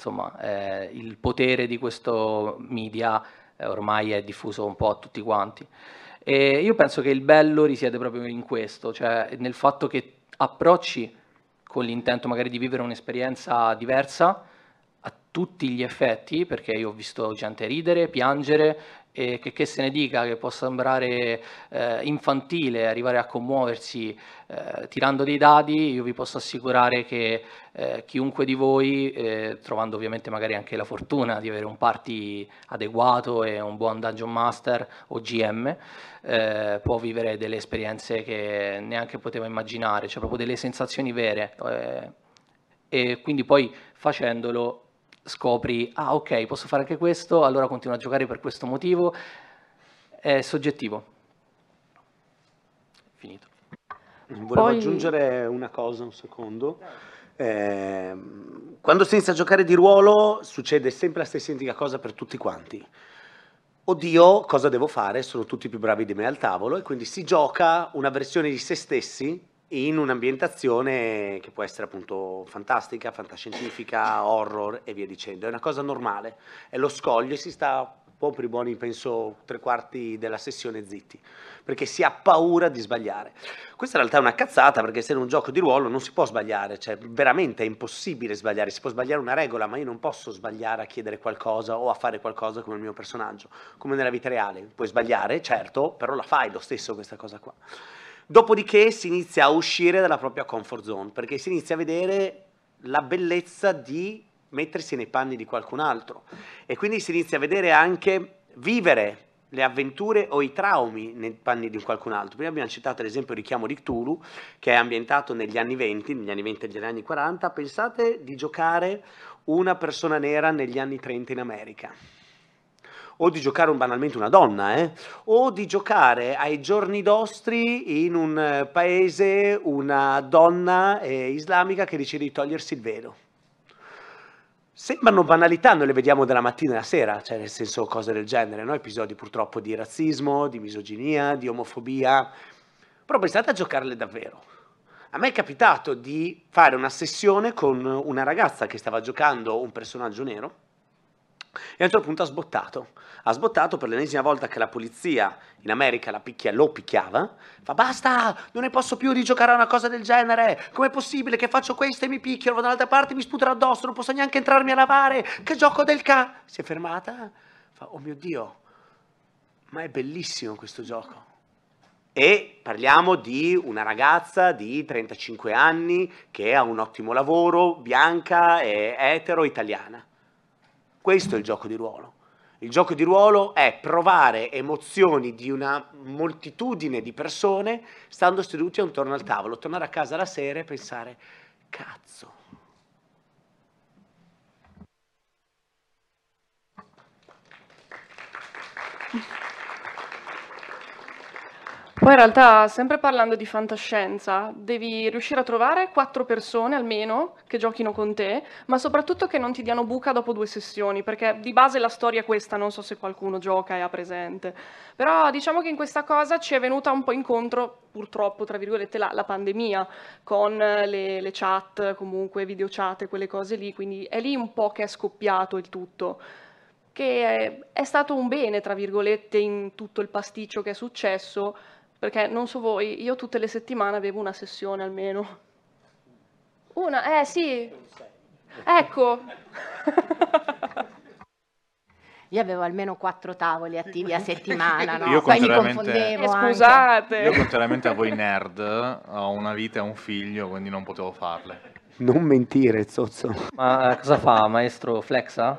insomma, eh, il potere di questo media eh, ormai è diffuso un po' a tutti quanti. E io penso che il bello risiede proprio in questo, cioè nel fatto che approcci con l'intento magari di vivere un'esperienza diversa a tutti gli effetti, perché io ho visto gente ridere, piangere, e che, che se ne dica, che può sembrare eh, infantile arrivare a commuoversi eh, tirando dei dadi, io vi posso assicurare che eh, chiunque di voi, eh, trovando ovviamente magari anche la fortuna di avere un party adeguato e un buon Dungeon Master o G M, eh, può vivere delle esperienze che neanche poteva immaginare, cioè proprio delle sensazioni vere, eh, e quindi poi facendolo scopri, ah ok, posso fare anche questo, allora continuo a giocare per questo motivo. È soggettivo. Finito. Volevo Poi- aggiungere una cosa, un secondo. Eh, quando si inizia a giocare di ruolo succede sempre la stessa identica cosa per tutti quanti. Oddio, cosa devo fare? Sono tutti più bravi di me al tavolo, e quindi si gioca una versione di se stessi in un'ambientazione che può essere appunto fantastica, fantascientifica, horror e via dicendo. È una cosa normale, è lo scoglio, e si sta un po' per i buoni, penso, tre quarti della sessione zitti, perché si ha paura di sbagliare. Questa in realtà è una cazzata, perché se in un gioco di ruolo non si può sbagliare, cioè veramente è impossibile sbagliare. Si può sbagliare una regola, ma io non posso sbagliare a chiedere qualcosa o a fare qualcosa come il mio personaggio, come nella vita reale. Puoi sbagliare, certo, però la fai lo stesso questa cosa qua. Dopodiché si inizia a uscire dalla propria comfort zone, perché si inizia a vedere la bellezza di mettersi nei panni di qualcun altro, e quindi si inizia a vedere anche vivere le avventure o i traumi nei panni di qualcun altro. Prima abbiamo citato l'esempio Richiamo di Cthulhu, che è ambientato negli anni venti, negli anni venti e negli anni quaranta. Pensate di giocare una persona nera negli anni trenta in America, o di giocare un, banalmente una donna, eh? o di giocare ai giorni nostri in un eh, paese una donna eh, islamica che decide di togliersi il velo. Sembrano banalità, noi le vediamo dalla mattina alla sera, cioè nel senso cose del genere, no? Episodi purtroppo di razzismo, di misoginia, di omofobia, però pensate a giocarle davvero. A me è capitato di fare una sessione con una ragazza che stava giocando un personaggio nero, e a un certo punto ha sbottato, ha sbottato per l'ennesima volta che la polizia in America la picchia, lo picchiava, fa basta, non ne posso più di giocare a una cosa del genere, com'è possibile che faccio questo e mi picchiano, vado dall'altra parte e mi sputano addosso, non posso neanche entrarmi a lavare, che gioco del ca... Si è fermata, fa oh mio Dio, ma è bellissimo questo gioco. E parliamo di una ragazza di trentacinque anni che ha un ottimo lavoro, bianca e etero, italiana. Questo è il gioco di ruolo. Il gioco di ruolo è provare emozioni di una moltitudine di persone stando seduti attorno al tavolo, tornare a casa la sera e pensare, cazzo. Poi in realtà, sempre parlando di fantascienza, devi riuscire a trovare quattro persone almeno che giochino con te, ma soprattutto che non ti diano buca dopo due sessioni, perché di base la storia è questa, non so se qualcuno gioca e ha presente. Però diciamo che in questa cosa ci è venuta un po' incontro, purtroppo, tra virgolette, la, la pandemia, con le, le chat, comunque video chat e quelle cose lì, quindi è lì un po' che è scoppiato il tutto, che è, è stato un bene, tra virgolette, in tutto il pasticcio che è successo, perché non so voi, io tutte le settimane avevo una sessione almeno. Una, eh sì. Ecco. Io avevo almeno quattro tavoli attivi a settimana, no? Io Poi mi contrariamente- confondevo Eh, anche. scusate. Io, contrariamente a voi nerd, ho una vita e un figlio, quindi non potevo farle. Non mentire, zozzo. Ma eh, cosa fa, maestro Flexa?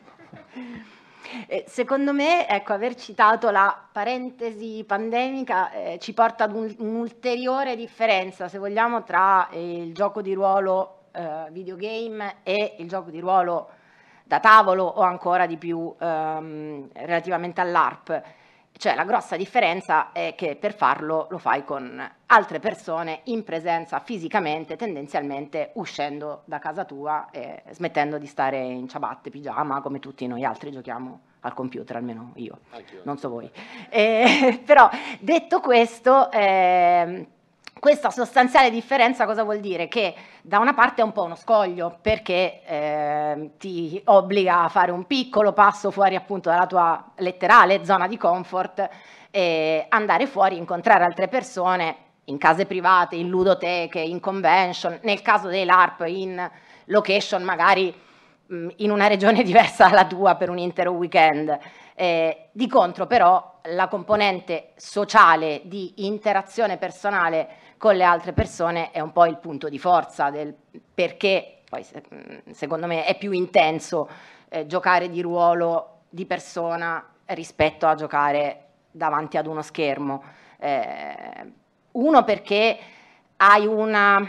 Eh, secondo me, ecco, aver citato la parentesi pandemica eh, ci porta ad un- un'ulteriore differenza, se vogliamo, tra eh, il gioco di ruolo eh, videogame e il gioco di ruolo da tavolo, o ancora di più ehm, relativamente all'ARP. Cioè, la grossa differenza è che per farlo lo fai con altre persone in presenza fisicamente, tendenzialmente uscendo da casa tua e smettendo di stare in ciabatte, pigiama, come tutti noi altri giochiamo al computer, almeno io, non so voi. Eh, però, detto questo, ehm, questa sostanziale differenza cosa vuol dire? Che da una parte è un po' uno scoglio, perché eh, ti obbliga a fare un piccolo passo fuori appunto dalla tua letterale zona di comfort, e andare fuori, incontrare altre persone in case private, in ludoteche, in convention, nel caso dei LARP in location magari mh, in una regione diversa dalla tua per un intero weekend. Eh, di contro però la componente sociale di interazione personale con le altre persone è un po' il punto di forza del perché poi se, secondo me è più intenso eh, giocare di ruolo di persona rispetto a giocare davanti ad uno schermo. Eh, uno perché hai una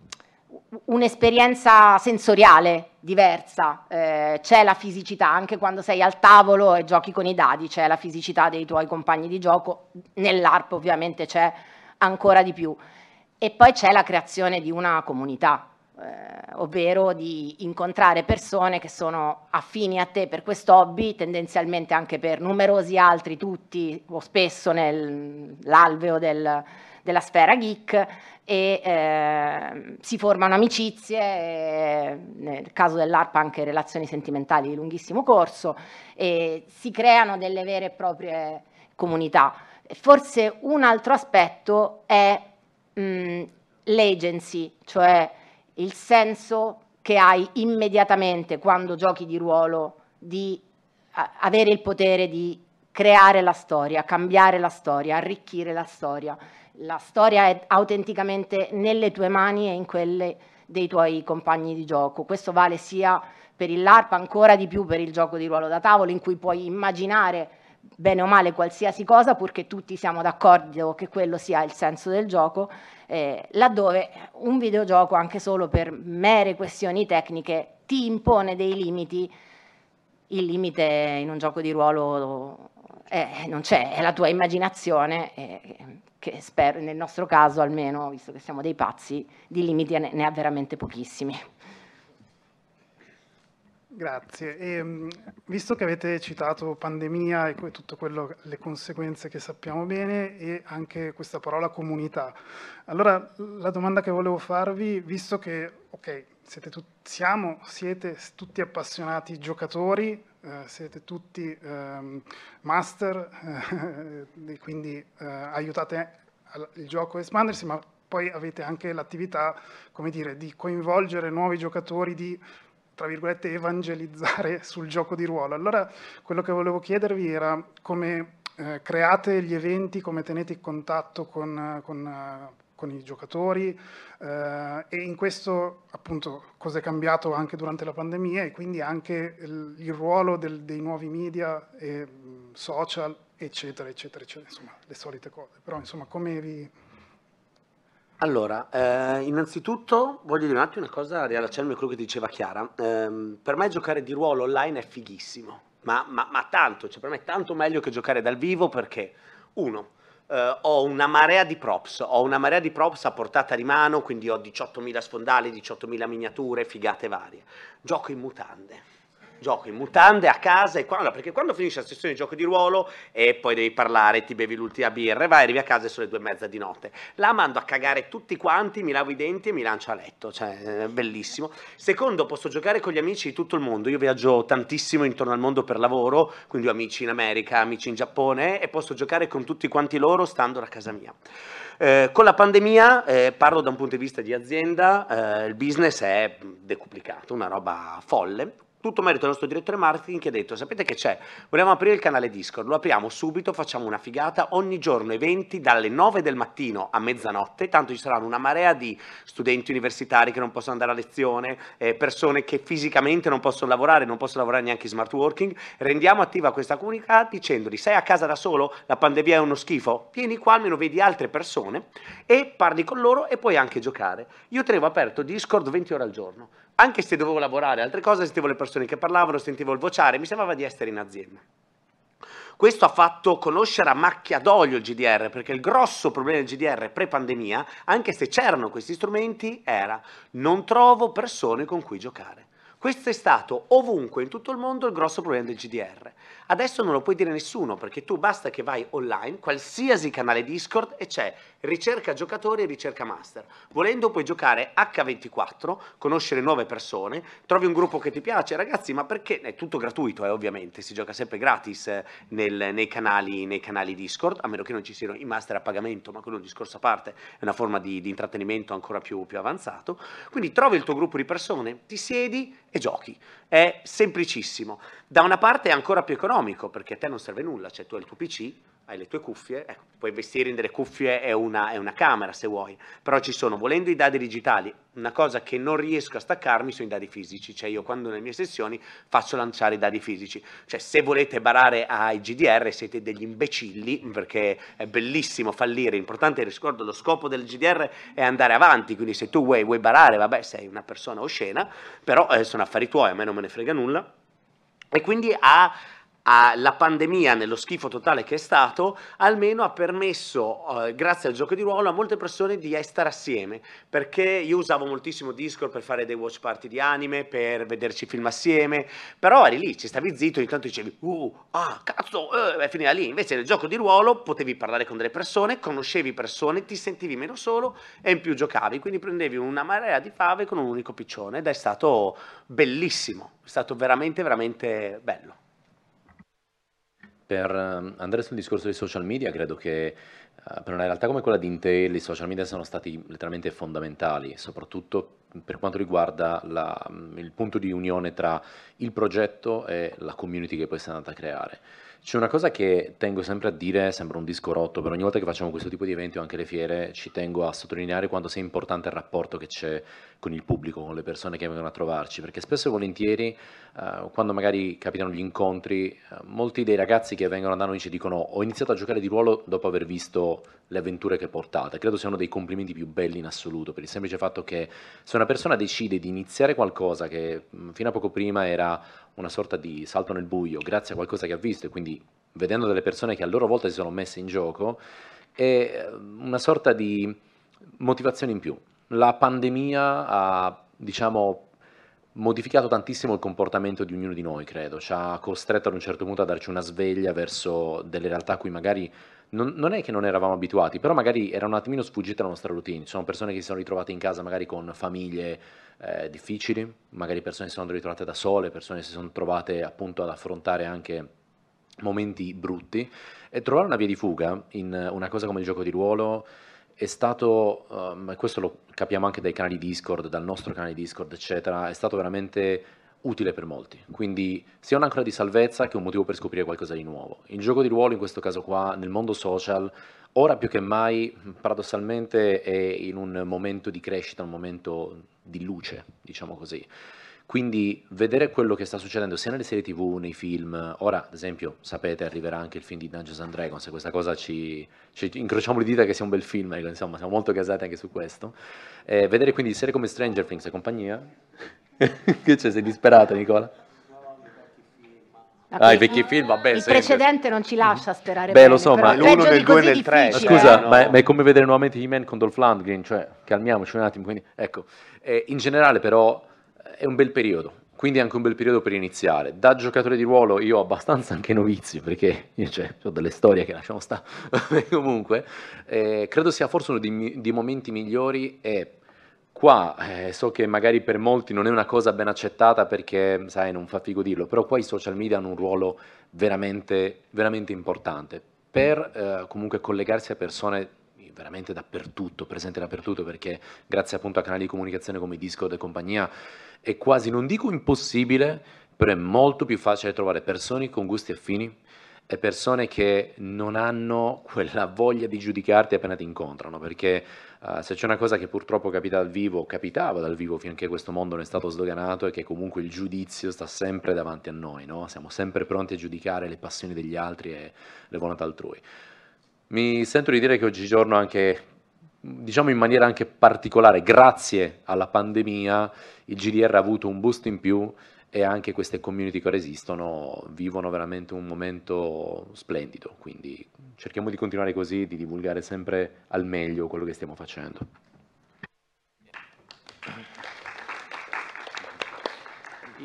un'esperienza sensoriale diversa, eh, c'è la fisicità, anche quando sei al tavolo e giochi con i dadi, c'è la fisicità dei tuoi compagni di gioco, nell'ARP ovviamente c'è ancora di più. E poi c'è la creazione di una comunità, eh, ovvero di incontrare persone che sono affini a te per questo hobby, tendenzialmente anche per numerosi altri, tutti o spesso nell'alveo del, della sfera geek, e eh, si formano amicizie, e, nel caso dell'ARP anche relazioni sentimentali di lunghissimo corso, e si creano delle vere e proprie comunità. Forse un altro aspetto è mh, l'agency, cioè il senso che hai immediatamente quando giochi di ruolo di a, avere il potere di creare la storia, cambiare la storia, arricchire la storia. La storia è autenticamente nelle tue mani e in quelle dei tuoi compagni di gioco. Questo vale sia per il LARP, ancora di più per il gioco di ruolo da tavolo, in cui puoi immaginare bene o male qualsiasi cosa, purché tutti siamo d'accordo che quello sia il senso del gioco, eh, laddove un videogioco, anche solo per mere questioni tecniche, ti impone dei limiti. Il limite in un gioco di ruolo eh, non c'è, è la tua immaginazione, eh, che spero, nel nostro caso almeno, visto che siamo dei pazzi, di limiti ne, ne ha veramente pochissimi. Grazie. E, visto che avete citato pandemia e tutto quello, le conseguenze che sappiamo bene, e anche questa parola comunità, allora la domanda che volevo farvi, visto che ok, siete tu, siamo, siete tutti appassionati giocatori, eh, siete tutti eh, master, eh, quindi eh, aiutate il gioco a espandersi, ma poi avete anche l'attività, come dire, di coinvolgere nuovi giocatori, di tra virgolette evangelizzare sul gioco di ruolo. Allora quello che volevo chiedervi era come eh, create gli eventi, come tenete in contatto con, con, uh, con i giocatori, eh, e in questo appunto cosa è cambiato anche durante la pandemia, e quindi anche il, il ruolo del, dei nuovi media e social, eccetera, eccetera, eccetera, insomma le solite cose. Però insomma come vi... Allora, eh, innanzitutto voglio dire un attimo una cosa, riallacciarmi a quello che diceva Chiara. Eh, per me giocare di ruolo online è fighissimo, ma, ma, ma tanto, cioè per me è tanto meglio che giocare dal vivo, perché, uno, eh, ho una marea di props, ho una marea di props a portata di mano, quindi ho diciottomila sfondali, diciottomila miniature, figate varie. Gioco in mutande. Gioco in mutande a casa, e quando, perché quando finisce la sessione di gioco di ruolo e poi devi parlare, ti bevi l'ultima birra e vai, arrivi a casa e sono le due e mezza di notte. La mando a cagare tutti quanti, mi lavo i denti e mi lancio a letto, cioè è bellissimo. Secondo, posso giocare con gli amici di tutto il mondo. Io viaggio tantissimo intorno al mondo per lavoro, quindi ho amici in America, amici in Giappone, e posso giocare con tutti quanti loro stando a casa mia. Eh, con la pandemia, eh, parlo da un punto di vista di azienda, eh, il business è decuplicato, una roba folle. Tutto merito al nostro direttore marketing, che ha detto: sapete che c'è? Vogliamo aprire il canale Discord, lo apriamo subito, facciamo una figata, ogni giorno eventi dalle nove del mattino a mezzanotte, tanto ci saranno una marea di studenti universitari che non possono andare a lezione, eh, persone che fisicamente non possono lavorare, non possono lavorare neanche in smart working. Rendiamo attiva questa comunità dicendogli: sei a casa da solo? La pandemia è uno schifo? Vieni qua, almeno vedi altre persone e parli con loro, e puoi anche giocare. Io tenevo aperto Discord venti ore al giorno, anche se dovevo lavorare altre cose, sentivo le persone che parlavano, sentivo il vociare, mi sembrava di essere in azienda. Questo ha fatto conoscere a macchia d'olio il G D R, perché il grosso problema del G D R pre-pandemia, anche se c'erano questi strumenti, era: non trovo persone con cui giocare. Questo è stato ovunque in tutto il mondo il grosso problema del G D R. Adesso non lo puoi dire a nessuno, perché tu basta che vai online, qualsiasi canale Discord, e c'è ricerca giocatori e ricerca master. Volendo puoi giocare acca ventiquattro, conoscere nuove persone, trovi un gruppo che ti piace, ragazzi, ma perché? È tutto gratuito, eh, ovviamente, si gioca sempre gratis eh, nel, nei, canali, nei canali Discord, a meno che non ci siano i master a pagamento, ma quello è un discorso a parte, è una forma di, di intrattenimento ancora più, più avanzato. Quindi trovi il tuo gruppo di persone, ti siedi e giochi. È semplicissimo. Da una parte è ancora più economico, perché a te non serve nulla, cioè tu hai il tuo P C, hai le tue cuffie, ecco, puoi investire in delle cuffie e una, e una camera se vuoi, però ci sono, volendo i dadi digitali, una cosa che non riesco a staccarmi sono i dadi fisici, cioè io quando nelle mie sessioni faccio lanciare i dadi fisici, cioè se volete barare ai G D R siete degli imbecilli, perché è bellissimo fallire, l'importante, ricordo, lo scopo del G D R è andare avanti, quindi se tu vuoi, vuoi barare, vabbè, sei una persona oscena, però eh, sono affari tuoi, a me non me ne frega nulla, e quindi ha... la pandemia, nello schifo totale che è stato, almeno ha permesso, eh, grazie al gioco di ruolo, a molte persone di stare assieme, perché io usavo moltissimo Discord per fare dei watch party di anime, per vederci film assieme, però eri lì, ci stavi zitto, ogni tanto dicevi, uh, ah, cazzo, eh, finiva lì. Invece nel gioco di ruolo potevi parlare con delle persone, conoscevi persone, ti sentivi meno solo e in più giocavi, quindi prendevi una marea di fave con un unico piccione ed è stato bellissimo, è stato veramente, veramente bello. Per andare sul discorso dei social media, credo che uh, per una realtà come quella di Intel i social media sono stati letteralmente fondamentali, soprattutto per quanto riguarda la, il punto di unione tra il progetto e la community che poi si è andata a creare. C'è una cosa che tengo sempre a dire, sembra un disco rotto, però ogni volta che facciamo questo tipo di eventi o anche le fiere ci tengo a sottolineare quanto sia importante il rapporto che c'è con il pubblico, con le persone che vengono a trovarci, perché spesso e volentieri uh, quando magari capitano gli incontri, uh, molti dei ragazzi che vengono da noi ci dicono ho iniziato a giocare di ruolo dopo aver visto le avventure che portate. Credo sia uno dei complimenti più belli in assoluto, per il semplice fatto che se una persona decide di iniziare qualcosa che mh, fino a poco prima era una sorta di salto nel buio, grazie a qualcosa che ha visto e quindi vedendo delle persone che a loro volta si sono messe in gioco, è una sorta di motivazione in più. La pandemia ha, diciamo, modificato tantissimo il comportamento di ognuno di noi, credo, ci ha costretto ad un certo punto a darci una sveglia verso delle realtà a cui magari non, non è che non eravamo abituati, però magari era un attimino sfuggita la nostra routine. Ci sono persone che si sono ritrovate in casa magari con famiglie eh, difficili, magari persone che si sono ritrovate da sole, persone che si sono trovate appunto ad affrontare anche momenti brutti, e trovare una via di fuga in una cosa come il gioco di ruolo è stato, um, e questo lo capiamo anche dai canali Discord, dal nostro canale Discord eccetera, è stato veramente utile per molti, quindi sia un'ancora di salvezza che un motivo per scoprire qualcosa di nuovo. Il gioco di ruolo in questo caso qua, nel mondo social, ora più che mai, paradossalmente è in un momento di crescita, un momento di luce, diciamo così. Quindi vedere quello che sta succedendo sia nelle serie tv, nei film, ora ad esempio sapete arriverà anche il film di Dungeons and Dragons e questa cosa ci, ci incrociamo le dita che sia un bel film, ecco, insomma siamo molto gasati anche su questo, eh, vedere quindi serie come Stranger Things e compagnia, che c'è, sei disperato Nicola? La Ah, i pre- vecchi film, vabbè, il sempre. precedente non ci lascia sperare Beh, bene, lo so, però ma è l'uno peggio nel di due così nel tre, difficile, Scusa, eh. no. ma, ma è come vedere nuovamente He-Man con Dolph Lundgren, cioè calmiamoci un attimo, quindi ecco, eh, in generale però è un bel periodo, quindi è anche un bel periodo per iniziare. Da giocatore di ruolo io ho abbastanza anche novizi, perché io cioè, ho delle storie che lasciamo stare, comunque, eh, credo sia forse uno dei, dei momenti migliori e qua eh, so che magari per molti non è una cosa ben accettata perché, sai, non fa figo dirlo, però qua i social media hanno un ruolo veramente, veramente importante per eh, comunque collegarsi a persone veramente dappertutto, presente dappertutto, perché grazie appunto a canali di comunicazione come Discord e compagnia è quasi, non dico impossibile, però è molto più facile trovare persone con gusti affini e persone che non hanno quella voglia di giudicarti appena ti incontrano, perché uh, se c'è una cosa che purtroppo capita dal vivo, capitava dal vivo finché questo mondo non è stato sdoganato, è che comunque il giudizio sta sempre davanti a noi, no? Siamo sempre pronti a giudicare le passioni degli altri e le volontà altrui. Mi sento di dire che oggigiorno anche, diciamo in maniera anche particolare, grazie alla pandemia, il G D R ha avuto un boost in più e anche queste community che ora esistono vivono veramente un momento splendido, quindi cerchiamo di continuare così, di divulgare sempre al meglio quello che stiamo facendo.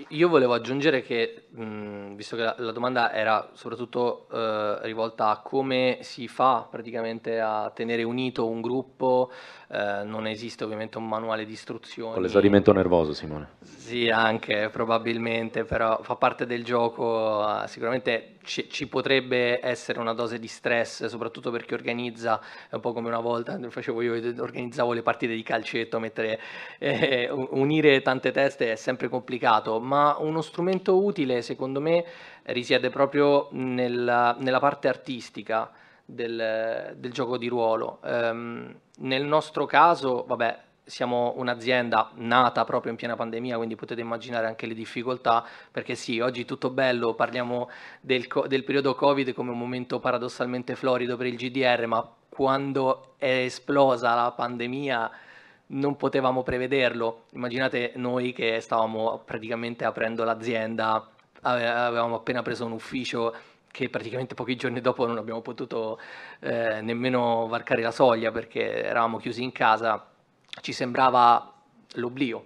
Io volevo aggiungere che, mh, visto che la, la domanda era soprattutto eh, rivolta a come si fa praticamente a tenere unito un gruppo, eh, non esiste ovviamente un manuale di istruzioni. Con l'esaurimento nervoso, Simone. Sì, anche probabilmente, però fa parte del gioco, eh, sicuramente ci, ci potrebbe essere una dose di stress, soprattutto per chi organizza, è un po' come una volta facevo io, organizzavo le partite di calcetto, mettere, eh, unire tante teste è sempre complicato, ma uno strumento utile secondo me risiede proprio nella, nella parte artistica del, del gioco di ruolo. Um, nel nostro caso, vabbè, siamo un'azienda nata proprio in piena pandemia, quindi potete immaginare anche le difficoltà, perché sì, oggi tutto bello, parliamo del, del periodo Covid come un momento paradossalmente florido per il G D R, ma quando è esplosa la pandemia non potevamo prevederlo. Immaginate noi che stavamo praticamente aprendo l'azienda, avevamo appena preso un ufficio che praticamente pochi giorni dopo non abbiamo potuto eh, nemmeno varcare la soglia perché eravamo chiusi in casa. Ci sembrava l'oblio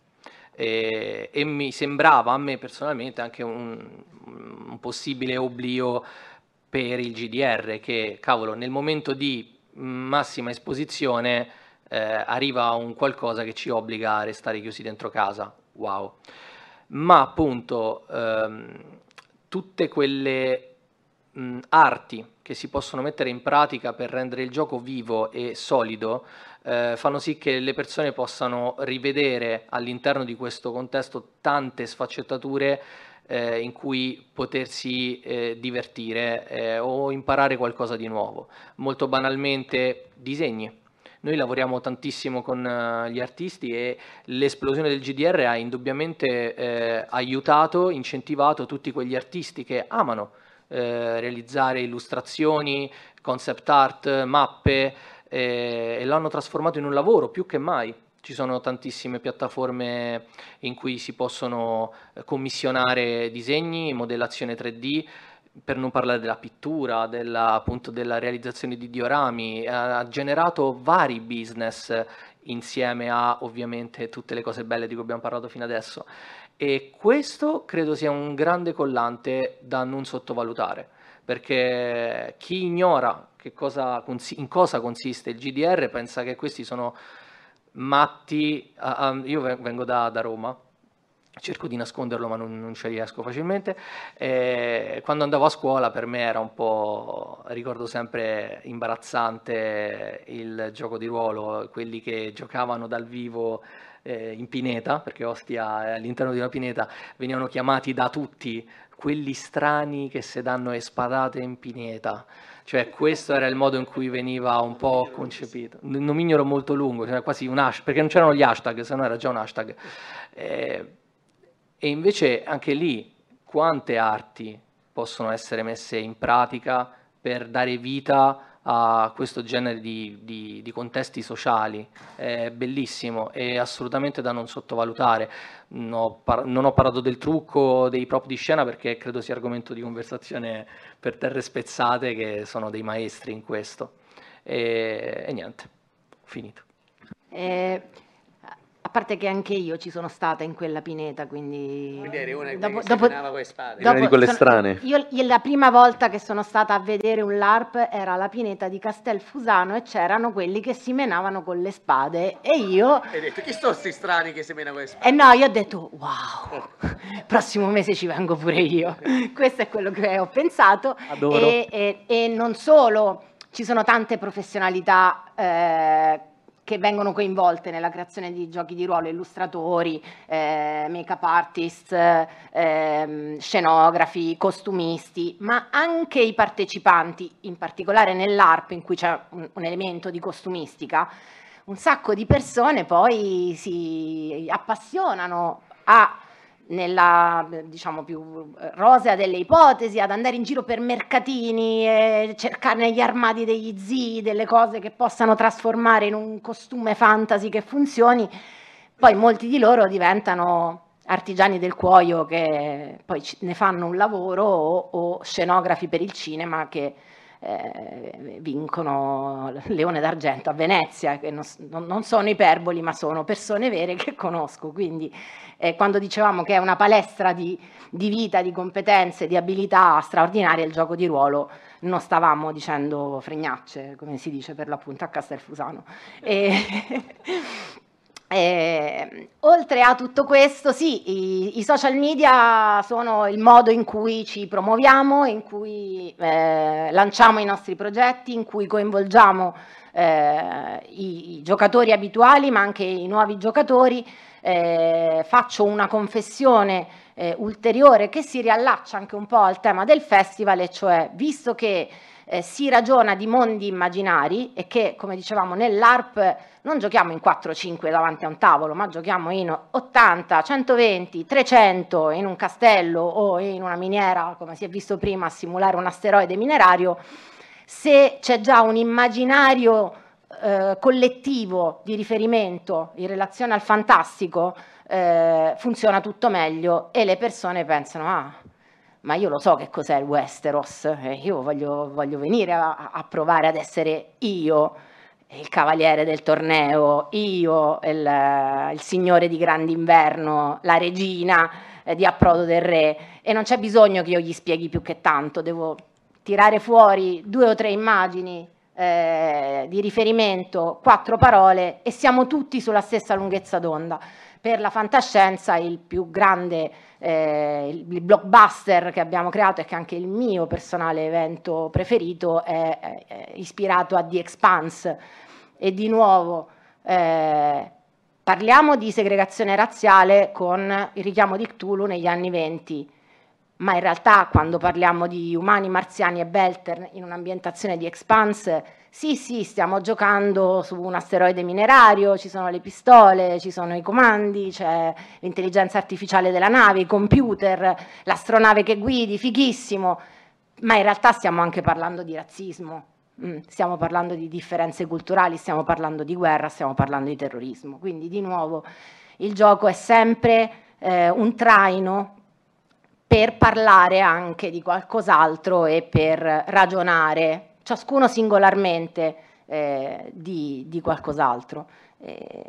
e, e mi sembrava a me personalmente anche un, un possibile oblio per il G D R, che cavolo, nel momento di massima esposizione eh, arriva un qualcosa che ci obbliga a restare chiusi dentro casa. Wow. Ma appunto ehm, tutte quelle mh, arti che si possono mettere in pratica per rendere il gioco vivo e solido eh, fanno sì che le persone possano rivedere all'interno di questo contesto tante sfaccettature eh, in cui potersi eh, divertire eh, o imparare qualcosa di nuovo. Molto banalmente, disegni. Noi lavoriamo tantissimo con uh, gli artisti e l'esplosione del G D R ha indubbiamente eh, aiutato, incentivato tutti quegli artisti che amano eh, realizzare illustrazioni, concept art, mappe eh, e l'hanno trasformato in un lavoro più che mai. Ci sono tantissime piattaforme in cui si possono commissionare disegni, modellazione tre D, per non parlare della pittura, della, appunto della realizzazione di diorami, ha generato vari business insieme a ovviamente tutte le cose belle di cui abbiamo parlato fino adesso, e questo credo sia un grande collante da non sottovalutare, perché chi ignora che cosa, in cosa consiste il G D R pensa che questi sono matti. Io vengo da, da Roma, cerco di nasconderlo ma non, non ci riesco facilmente. E quando andavo a scuola per me era un po', ricordo sempre imbarazzante il gioco di ruolo, quelli che giocavano dal vivo eh, in pineta, perché Ostia è all'interno di una pineta, venivano chiamati da tutti quelli strani che se danno e spadate in pineta. Cioè questo era il modo in cui veniva un po' concepito. Un nomignolo molto lungo, cioè quasi un hashtag, perché non c'erano gli hashtag, se no era già un hashtag. Eh, E invece anche lì quante arti possono essere messe in pratica per dare vita a questo genere di, di, di contesti sociali. È bellissimo e assolutamente da non sottovalutare. Non ho, par- non ho parlato del trucco, dei prop di scena, perché credo sia argomento di conversazione per terre spezzate, che sono dei maestri in questo. E, e niente, ho finito. Eh... A parte che anche io ci sono stata in quella pineta, quindi... Quindi eri una di dopo, quelle che dopo, si menava con le spade. Una di quelle sono, strane. Io, io la prima volta che sono stata a vedere un LARP era alla pineta di Castelfusano e c'erano quelli che si menavano con le spade e io... Hai detto, chi sono questi strani che si menano con le spade? E no, io ho detto, wow, prossimo mese ci vengo pure io. Questo è quello che ho pensato. Adoro. E, e, e non solo, ci sono tante professionalità eh, che vengono coinvolte nella creazione di giochi di ruolo, illustratori, eh, make-up artist, eh, scenografi, costumisti, ma anche i partecipanti, in particolare nell'ARP in cui c'è un, un elemento di costumistica, un sacco di persone poi si appassionano a, nella diciamo più rosea delle ipotesi, ad andare in giro per mercatini e cercare negli armadi degli zii delle cose che possano trasformare in un costume fantasy che funzioni. Poi molti di loro diventano artigiani del cuoio che poi ne fanno un lavoro, o, o scenografi per il cinema che eh, vincono Leone d'Argento a Venezia, che non, non sono iperboli ma sono persone vere che conosco, quindi eh, quando dicevamo che è una palestra di, di vita, di competenze, di abilità straordinarie, il gioco di ruolo non stavamo dicendo fregnacce, come si dice per l'appunto a Castelfusano. E, e, oltre a tutto questo, sì, i, i social media sono il modo in cui ci promuoviamo, in cui eh, lanciamo i nostri progetti, in cui coinvolgiamo eh, i, i giocatori abituali, ma anche i nuovi giocatori. Eh, faccio una confessione eh, ulteriore che si riallaccia anche un po' al tema del festival, e cioè, visto che eh, si ragiona di mondi immaginari e che, come dicevamo, nell'ARP non giochiamo in quattro cinque davanti a un tavolo, ma giochiamo in ottanta, centoventi, trecento in un castello o in una miniera, come si è visto prima, a simulare un asteroide minerario, se c'è già un immaginario eh, collettivo di riferimento in relazione al fantastico, eh, funziona tutto meglio e le persone pensano: ah, ma io lo so che cos'è il Westeros, e io voglio, voglio venire a, a provare ad essere io il cavaliere del torneo, io il, il signore di Grande Inverno, la regina eh, di Approdo del Re, e non c'è bisogno che io gli spieghi più che tanto, devo tirare fuori due o tre immagini eh, di riferimento, quattro parole, e siamo tutti sulla stessa lunghezza d'onda. Per la fantascienza il più grande, eh, il blockbuster che abbiamo creato, e che è anche il mio personale evento preferito, è, è, è ispirato a The Expanse. E di nuovo eh, parliamo di segregazione razziale con il richiamo di Cthulhu negli anni venti, ma in realtà quando parliamo di umani, marziani e Belter in un'ambientazione di Expanse, sì sì, stiamo giocando su un asteroide minerario, ci sono le pistole, ci sono i comandi, c'è l'intelligenza artificiale della nave, i computer, l'astronave che guidi, fighissimo, ma in realtà stiamo anche parlando di razzismo, mm, stiamo parlando di differenze culturali, stiamo parlando di guerra, stiamo parlando di terrorismo. Quindi di nuovo il gioco è sempre eh, un traino per parlare anche di qualcos'altro e per ragionare, ciascuno singolarmente, eh, di, di qualcos'altro. Eh,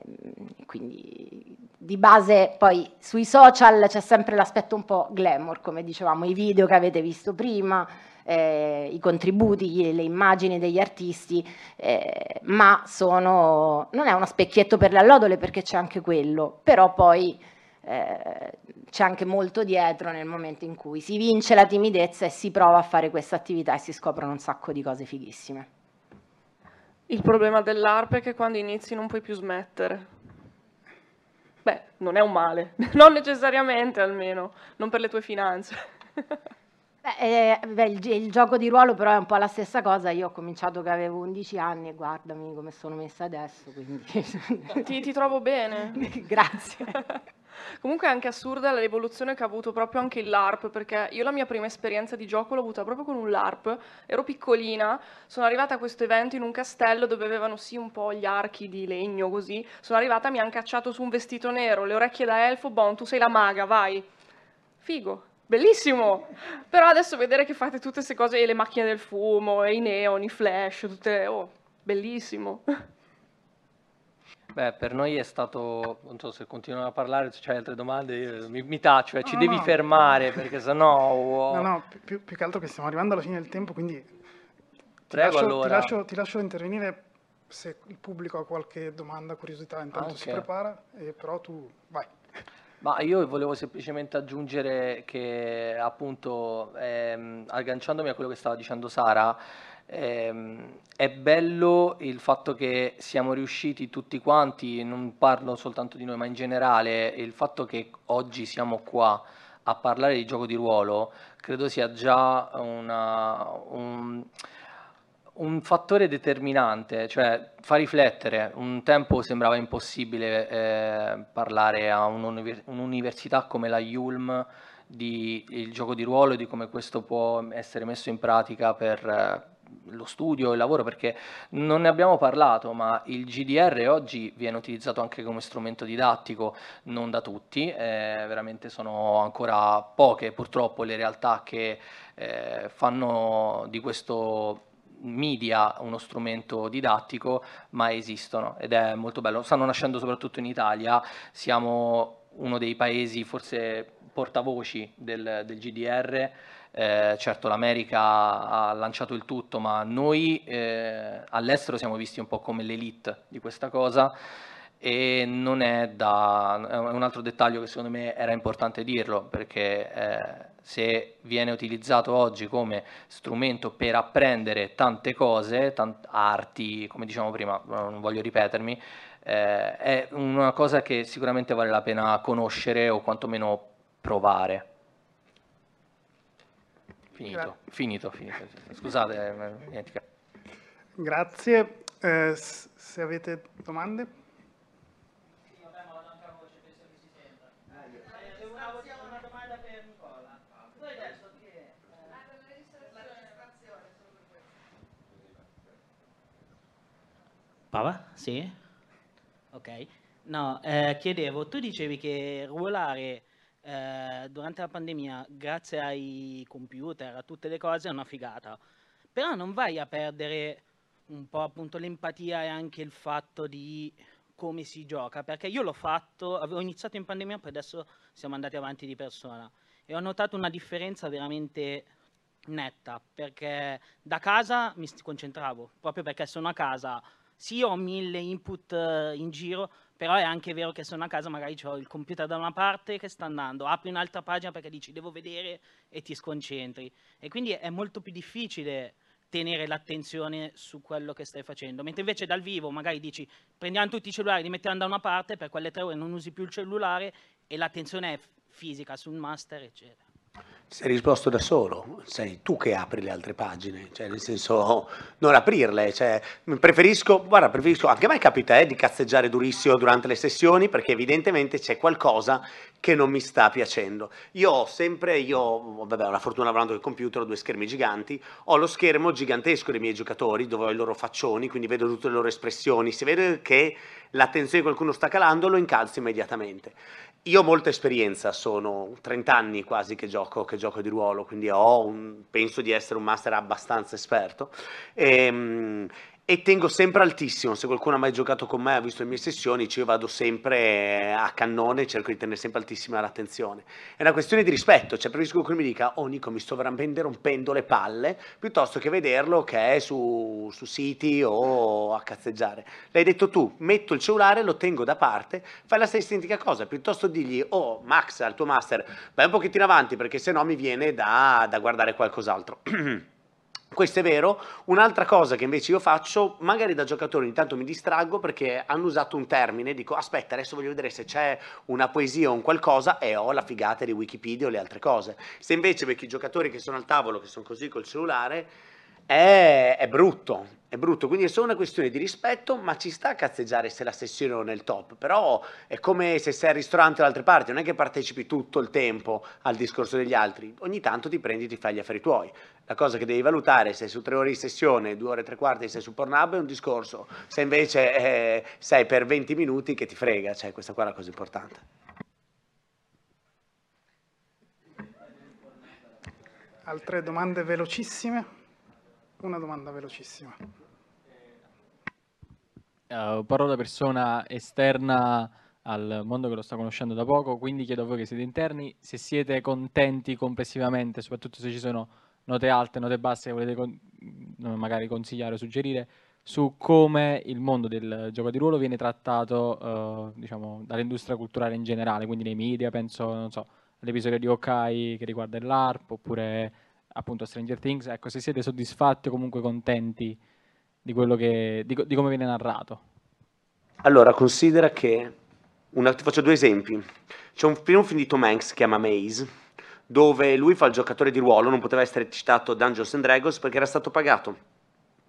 quindi di base poi sui social c'è sempre l'aspetto un po' glamour, come dicevamo, i video che avete visto prima, eh, i contributi, le immagini degli artisti, eh, ma sono, non è uno specchietto per le allodole, perché c'è anche quello, però poi eh, c'è anche molto dietro nel momento in cui si vince la timidezza e si prova a fare questa attività e si scoprono un sacco di cose fighissime. Il problema dell'ARP è che quando inizi non puoi più smettere. Beh, non è un male, non necessariamente almeno, non per le tue finanze. Beh, eh, beh, il, il gioco di ruolo però è un po' la stessa cosa. Io ho cominciato che avevo undici anni e guardami come sono messa adesso, quindi... ti, ti trovo bene. Grazie. Comunque è anche assurda l'evoluzione che ha avuto proprio anche il LARP, perché io la mia prima esperienza di gioco l'ho avuta proprio con un LARP, ero piccolina, sono arrivata a questo evento in un castello dove avevano sì un po' gli archi di legno così, sono arrivata, mi hanno cacciato su un vestito nero, le orecchie da elfo, bon, tu sei la maga, vai. Figo, bellissimo, però adesso vedere che fate tutte queste cose, e le macchine del fumo, e i neon, i flash, tutte, oh, bellissimo. Beh, per noi è stato, non so se continuano a parlare, se c'hai altre domande, io mi, mi taccio, cioè, ci No, devi no. fermare, perché sennò... wow. No, no, più, più che altro che stiamo arrivando alla fine del tempo, quindi ti, Prego, lascio, allora. ti, lascio, ti lascio intervenire se il pubblico ha qualche domanda, curiosità, intanto Ah, si ok. prepara, e però tu vai. Ma io volevo semplicemente aggiungere che, appunto, ehm, agganciandomi a quello che stava dicendo Sara, ehm, è bello il fatto che siamo riusciti tutti quanti, non parlo soltanto di noi, ma in generale, il fatto che oggi siamo qua a parlare di gioco di ruolo, credo sia già una, un, un fattore determinante, cioè fa riflettere. Un tempo sembrava impossibile eh, parlare a un'univer- un'università come la Yulm di il gioco di ruolo e di come questo può essere messo in pratica per eh, lo studio e il lavoro, perché non ne abbiamo parlato, ma il G D R oggi viene utilizzato anche come strumento didattico, non da tutti, eh, veramente sono ancora poche purtroppo le realtà che eh, fanno di questo media uno strumento didattico, ma esistono ed è molto bello. Stanno nascendo soprattutto in Italia, siamo uno dei paesi forse portavoci del, del G D R, eh, certo l'America ha lanciato il tutto, ma noi eh, all'estero siamo visti un po' come l'elite di questa cosa, e non è da, è un altro dettaglio che secondo me era importante dirlo, perché eh, se viene utilizzato oggi come strumento per apprendere tante cose, tante arti, come diciamo prima, non voglio ripetermi, eh, è una cosa che sicuramente vale la pena conoscere o quantomeno provare. Finito, finito, finito. Scusate, mi ho dimenticato. Grazie. Eh, se avete domande? Pava? Sì? Ok. No, eh, chiedevo, tu dicevi che ruolare eh, durante la pandemia, grazie ai computer, a tutte le cose, è una figata. Però non vai a perdere un po' appunto l'empatia e anche il fatto di come si gioca, perché io l'ho fatto, avevo iniziato in pandemia, poi adesso siamo andati avanti di persona e ho notato una differenza veramente netta, perché da casa mi concentravo, proprio perché sono a casa. Sì, ho mille input uh, in giro, però è anche vero che sono a casa, magari ho il computer da una parte che sta andando, apri un'altra pagina perché dici devo vedere e ti sconcentri. E quindi è molto più difficile tenere l'attenzione su quello che stai facendo. Mentre invece dal vivo magari dici prendiamo tutti i cellulari, li mettiamo da una parte, per quelle tre ore non usi più il cellulare e l'attenzione è fisica sul master, eccetera. Sei risposto da solo, sei tu che apri le altre pagine, cioè nel senso non aprirle, cioè preferisco, guarda, preferisco, anche a me capita eh, di cazzeggiare durissimo durante le sessioni perché evidentemente c'è qualcosa che non mi sta piacendo. Io ho sempre, io, vabbè, ho la fortuna lavorando col computer, ho due schermi giganti, ho lo schermo gigantesco dei miei giocatori dove ho i loro faccioni, quindi vedo tutte le loro espressioni, se vedo che l'attenzione di qualcuno sta calando lo incalzo immediatamente. Io ho molta esperienza, sono trenta anni quasi che gioco, che gioco di ruolo, quindi ho un, penso di essere un master abbastanza esperto e, e tengo sempre altissimo. Se qualcuno ha mai giocato con me, ha visto le mie sessioni, cioè io vado sempre a cannone, cerco di tenere sempre altissima l'attenzione. È una questione di rispetto, cioè preferisco che qualcuno mi dica oh Nico mi sto veramente rompendo le palle, piuttosto che vederlo che è su, su siti o a cazzeggiare. L'hai detto tu, metto il cellulare, lo tengo da parte, fai la stessa identica cosa, piuttosto digli oh Max al tuo master vai un pochettino avanti perché sennò mi viene da, da guardare qualcos'altro. Questo è vero. Un'altra cosa che invece io faccio, magari da giocatore ogni tanto mi distraggo perché hanno usato un termine, dico aspetta adesso voglio vedere se c'è una poesia o un qualcosa e ho la figata di Wikipedia o le altre cose. Se invece perché i giocatori che sono al tavolo, che sono così col cellulare, è, è brutto, è brutto, quindi è solo una questione di rispetto, ma ci sta a cazzeggiare se la sessione non è il top, però è come se sei al ristorante o da altre parti, non è che partecipi tutto il tempo al discorso degli altri, ogni tanto ti prendi e ti fai gli affari tuoi. La cosa che devi valutare, se su tre ore di sessione, due ore e tre quarti sei su Pornhub è un discorso, se invece eh, sei per venti minuti che ti frega, cioè questa qua è la cosa importante. Altre domande velocissime? Una domanda velocissima. Uh, parlo da persona esterna al mondo che lo sta conoscendo da poco, quindi chiedo a voi che siete interni se siete contenti complessivamente, soprattutto se ci sono note alte, note basse che volete con magari consigliare o suggerire su come il mondo del gioco di ruolo viene trattato uh, diciamo, dall'industria culturale in generale, quindi nei media, penso, non so, all'episodio di Hawkeye che riguarda l'ARP, oppure appunto Stranger Things. Ecco, se siete soddisfatti o comunque contenti di quello che di, di come viene narrato. Allora, considera che una, ti faccio due esempi. C'è un film, un film di Tom Hanks che si chiama Maze, dove lui fa il giocatore di ruolo, non poteva essere citato Dungeons and Dragons perché era stato pagato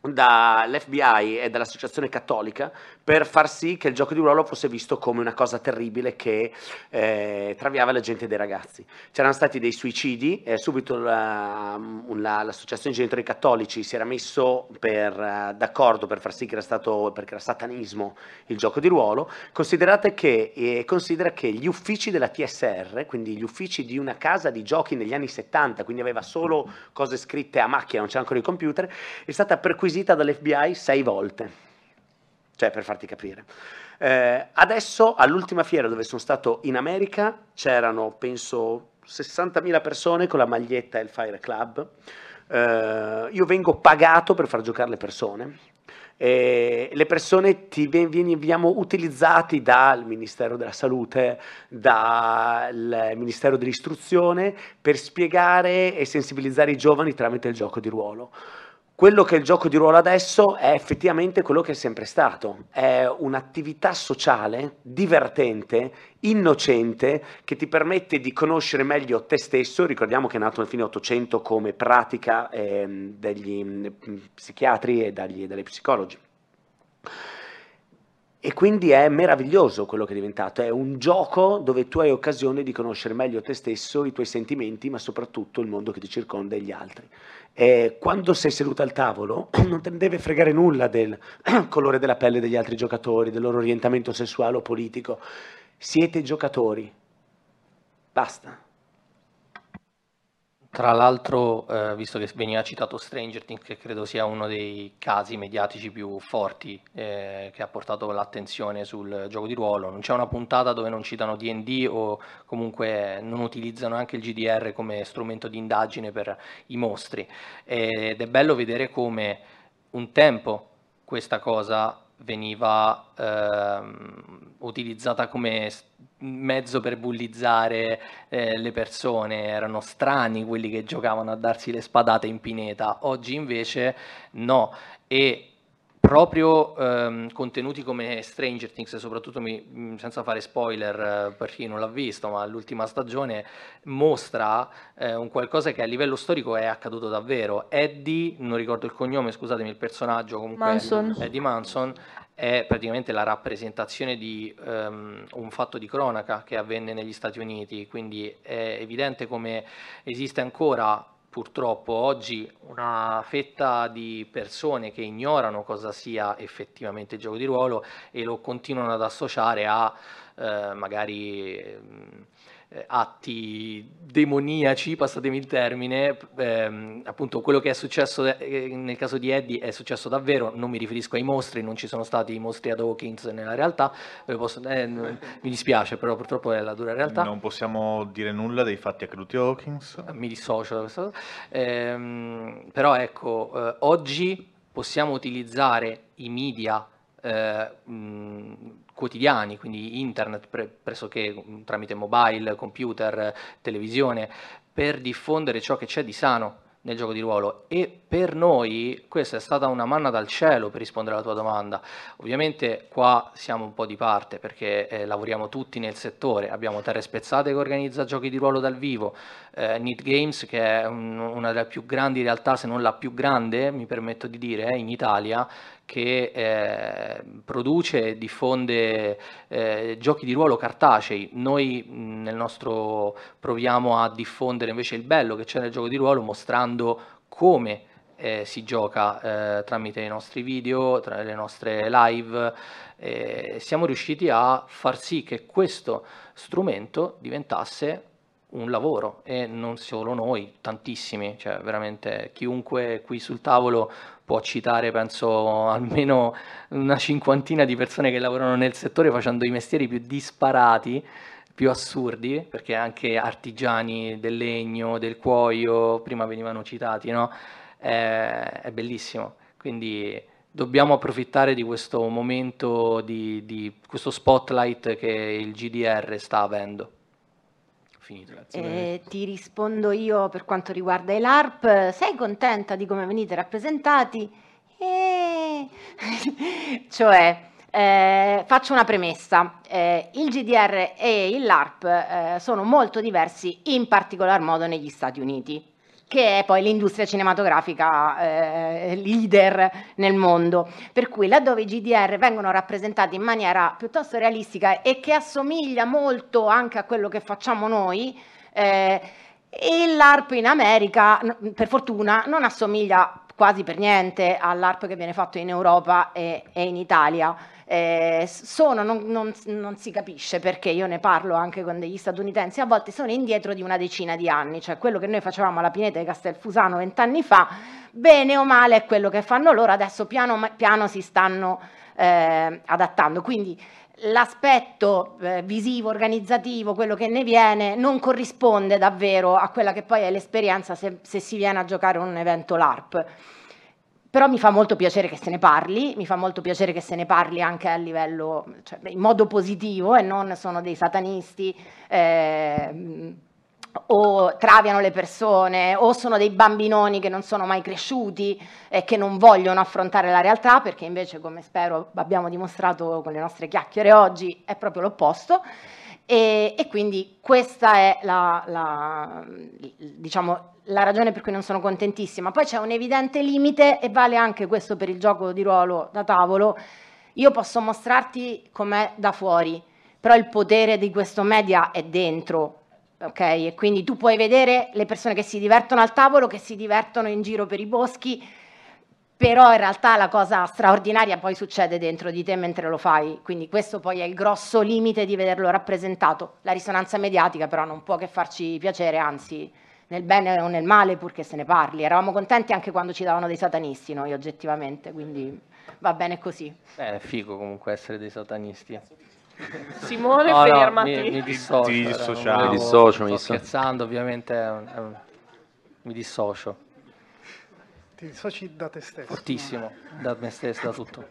dall'F B I e dall'Associazione Cattolica per far sì che il gioco di ruolo fosse visto come una cosa terribile che eh, traviava la gente e dei ragazzi. C'erano stati dei suicidi e subito la, la, l'Associazione Genitori Cattolici si era messo per, uh, d'accordo per far sì che era stato, perché era satanismo il gioco di ruolo. Considerate che, eh, considera che gli uffici della T S R, quindi gli uffici di una casa di giochi negli anni settanta, quindi aveva solo cose scritte a macchina, non c'era ancora il computer, è stata perquisita dall'F B I sei volte. Cioè, per farti capire. Eh, adesso, all'ultima fiera dove sono stato in America, c'erano, penso, sessantamila persone con la maglietta Hellfire Club. Eh, io vengo pagato per far giocare le persone. E le persone ti veniamo utilizzati dal Ministero della Salute, dal Ministero dell'Istruzione, per spiegare e sensibilizzare i giovani tramite il gioco di ruolo. Quello che è il gioco di ruolo adesso è effettivamente quello che è sempre stato, è un'attività sociale, divertente, innocente, che ti permette di conoscere meglio te stesso. Ricordiamo che è nato nel fine Ottocento come pratica eh, degli mh, psichiatri e dagli, dagli psicologi. E quindi è meraviglioso quello che è diventato, è un gioco dove tu hai occasione di conoscere meglio te stesso, i tuoi sentimenti, ma soprattutto il mondo che ti circonda e gli altri. E quando sei seduto al tavolo non te ne deve fregare nulla del colore della pelle degli altri giocatori, del loro orientamento sessuale o politico. Siete giocatori. Basta. Tra l'altro, eh, visto che veniva citato Stranger Things, che credo sia uno dei casi mediatici più forti eh, che ha portato l'attenzione sul gioco di ruolo, non c'è una puntata dove non citano D and D o comunque non utilizzano anche il G D R come strumento di indagine per i mostri. Ed è bello vedere come un tempo questa cosa veniva ehm, utilizzata come mezzo per bullizzare eh, le persone, erano strani quelli che giocavano a darsi le spadate in pineta. Oggi invece no, e proprio ehm, contenuti come Stranger Things, soprattutto mi, senza fare spoiler eh, per chi non l'ha visto, ma l'ultima stagione mostra eh, un qualcosa che a livello storico è accaduto davvero. Eddie, non ricordo il cognome, scusatemi, il personaggio comunque Manson. Eddie Manson è praticamente la rappresentazione di um, un fatto di cronaca che avvenne negli Stati Uniti, quindi è evidente come esiste ancora purtroppo oggi una fetta di persone che ignorano cosa sia effettivamente il gioco di ruolo e lo continuano ad associare a eh, magari eh, atti demoniaci, passatemi il termine, ehm, appunto quello che è successo eh, nel caso di Eddie è successo davvero, non mi riferisco ai mostri, non ci sono stati i mostri ad Hawkins nella realtà, eh, posso, eh, mi dispiace, però purtroppo è la dura realtà. Non possiamo dire nulla dei fatti accaduti a Hawkins. Mi dissocio da questa cosa. Ehm, però ecco, eh, oggi possiamo utilizzare i media eh, mh, quotidiani, quindi internet pre- pressoché tramite mobile, computer, televisione, per diffondere ciò che c'è di sano nel gioco di ruolo, e per noi questa è stata una manna dal cielo, per rispondere alla tua domanda. Ovviamente qua siamo un po' di parte perché eh, lavoriamo tutti nel settore, abbiamo Terre Spezzate che organizza giochi di ruolo dal vivo, eh, Neat Games che è un, una delle più grandi realtà, se non la più grande, mi permetto di dire, in Italia, che eh, produce e diffonde eh, giochi di ruolo cartacei. Noi mh, nel nostro proviamo a diffondere invece il bello che c'è nel gioco di ruolo, mostrando come eh, si gioca eh, tramite i nostri video, tra le nostre live. Eh, siamo riusciti a far sì che questo strumento diventasse un lavoro, e non solo noi, tantissimi, cioè veramente chiunque qui sul tavolo può citare, penso, almeno una cinquantina di persone che lavorano nel settore facendo i mestieri più disparati, più assurdi, perché anche artigiani del legno, del cuoio, prima venivano citati, no? È, è bellissimo, quindi dobbiamo approfittare di questo momento, di, di questo spotlight che il G D R sta avendo. Finito, eh, ti rispondo io per quanto riguarda i LARP. Sei contenta di come venite rappresentati? Eh... cioè, eh, faccio una premessa. Eh, il G D R e il LARP eh, sono molto diversi, in particolar modo negli Stati Uniti. che è poi l'industria cinematografica eh, leader nel mondo. Per cui laddove i G D R vengono rappresentati in maniera piuttosto realistica e che assomiglia molto anche a quello che facciamo noi, eh, e l'ARP in America, per fortuna, non assomiglia quasi per niente all'ARP che viene fatto in Europa e, e in Italia. Eh, sono, non, non, non si capisce perché, io ne parlo anche con degli statunitensi, a volte sono indietro di una decina di anni, cioè quello che noi facevamo alla Pineta di Castelfusano vent'anni fa, bene o male è quello che fanno loro, adesso piano piano si stanno eh, adattando, quindi l'aspetto eh, visivo, organizzativo, quello che ne viene, non corrisponde davvero a quella che poi è l'esperienza se, se si viene a giocare un evento LARP. Però mi fa molto piacere che se ne parli, mi fa molto piacere che se ne parli anche a livello, cioè, in modo positivo, e non sono dei satanisti eh, o traviano le persone o sono dei bambinoni che non sono mai cresciuti e che non vogliono affrontare la realtà, perché invece, come spero abbiamo dimostrato con le nostre chiacchiere oggi, è proprio l'opposto. E, e quindi questa è la, la, diciamo, la ragione per cui non sono contentissima. Poi c'è un evidente limite, e vale anche questo per il gioco di ruolo da tavolo. Io posso mostrarti com'è da fuori, però il potere di questo media è dentro, ok? E quindi tu puoi vedere le persone che si divertono al tavolo, che si divertono in giro per i boschi, però in realtà la cosa straordinaria poi succede dentro di te mentre lo fai, quindi questo poi è il grosso limite di vederlo rappresentato. La risonanza mediatica però non può che farci piacere, anzi, nel bene o nel male, purché se ne parli. Eravamo contenti anche quando ci davano dei satanisti noi, oggettivamente, quindi va bene così. Beh, è figo comunque essere dei satanisti. Simone, no, fermati. No, mi, mi dissocio. Ti dissociamo. Mi dissocio, sto mi scherzando, ovviamente. È un, è un, mi dissocio. Ti dissoci da te stesso. Fortissimo, no? Da me stesso, da tutto.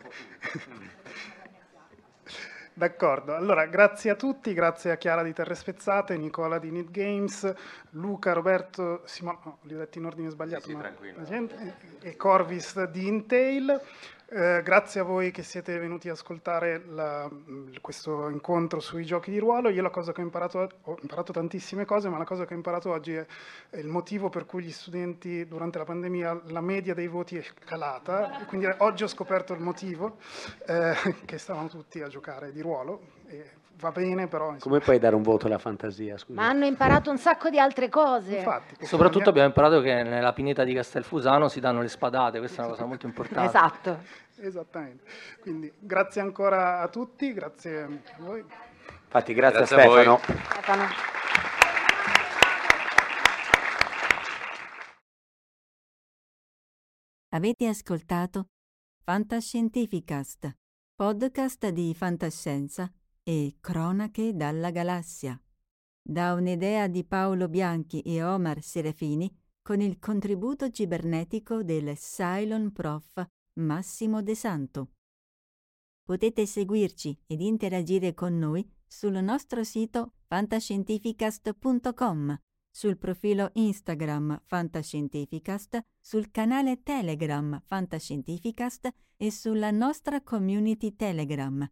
D'accordo, allora grazie a tutti, grazie a Chiara di Terre Spezzate, Nicola di Need Games, Luca, Roberto, Simone, no, li ho detti in ordine sbagliato, sì, sì, ma la gente, e Corvis di Intel. Eh, grazie a voi che siete venuti ad ascoltare la, questo incontro sui giochi di ruolo. Io la cosa che ho imparato, ho imparato tantissime cose, ma la cosa che ho imparato oggi è, è il motivo per cui gli studenti durante la pandemia la media dei voti è calata, quindi oggi ho scoperto il motivo, eh, che stavano tutti a giocare di ruolo, e va bene, però insomma. Come puoi dare un voto alla fantasia, scusa? Ma hanno imparato un sacco di altre cose. Infatti, soprattutto mia... abbiamo imparato che nella Pineta di Castelfusano si danno le spadate, questa è una cosa molto importante. Esatto. Esattamente, quindi grazie ancora a tutti, grazie a voi. Infatti grazie, grazie a Stefano. A Stefano. Avete ascoltato Fantascientificast, podcast di fantascienza e cronache dalla galassia, da un'idea di Paolo Bianchi e Omar Serafini con il contributo cibernetico del Cylon Prof Massimo De Santo. Potete seguirci ed interagire con noi sul nostro sito fantascientificast punto com, sul profilo Instagram Fantascientificast, sul canale Telegram Fantascientificast e sulla nostra community Telegram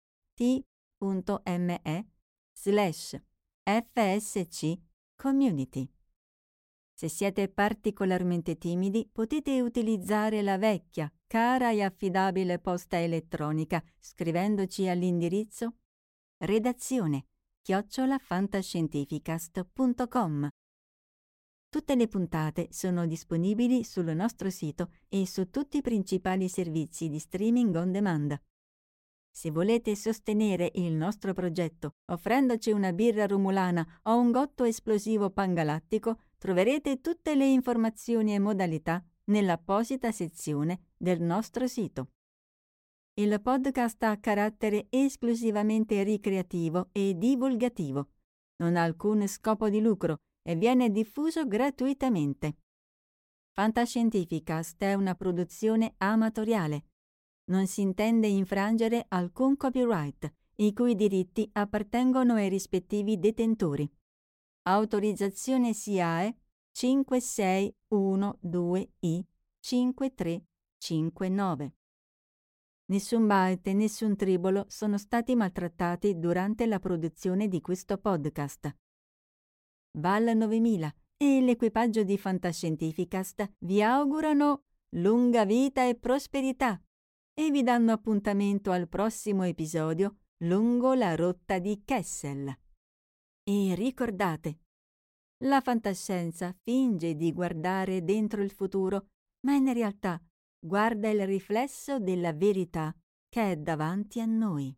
t.me slash fsc community. Se siete particolarmente timidi, potete utilizzare la vecchia, cara e affidabile posta elettronica scrivendoci all'indirizzo redazione chiocciola fantascientificast punto com. Tutte le puntate sono disponibili sul nostro sito e su tutti i principali servizi di streaming on demand. Se volete sostenere il nostro progetto offrendoci una birra romulana o un gotto esplosivo pangalattico, troverete tutte le informazioni e modalità nell'apposita sezione del nostro sito. Il podcast ha carattere esclusivamente ricreativo e divulgativo. Non ha alcun scopo di lucro e viene diffuso gratuitamente. Fantascientificast è una produzione amatoriale. Non si intende infrangere alcun copyright, i cui diritti appartengono ai rispettivi detentori. Autorizzazione S I A E cinque sei uno due I cinque tre cinque nove. Nessun byte e nessun tribolo sono stati maltrattati durante la produzione di questo podcast. Val novemila, e l'equipaggio di Fantascientificast vi augurano lunga vita e prosperità e vi danno appuntamento al prossimo episodio lungo la rotta di Kessel. E ricordate, la fantascienza finge di guardare dentro il futuro, ma in realtà guarda il riflesso della verità che è davanti a noi.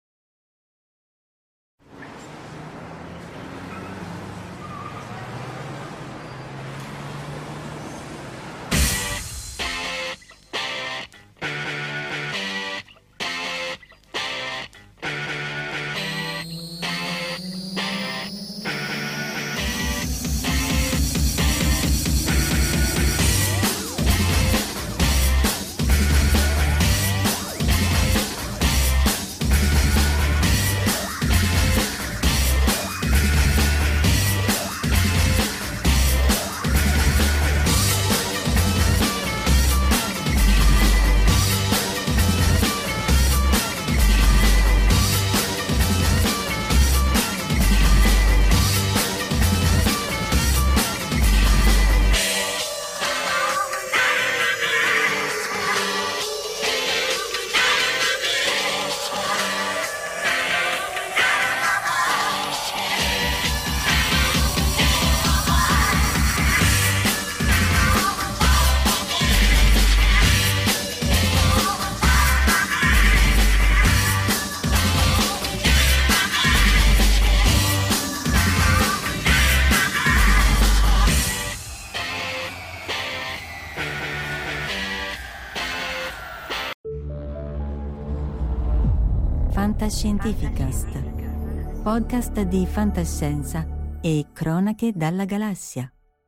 Fantascientificast, podcast di fantascienza e cronache dalla galassia.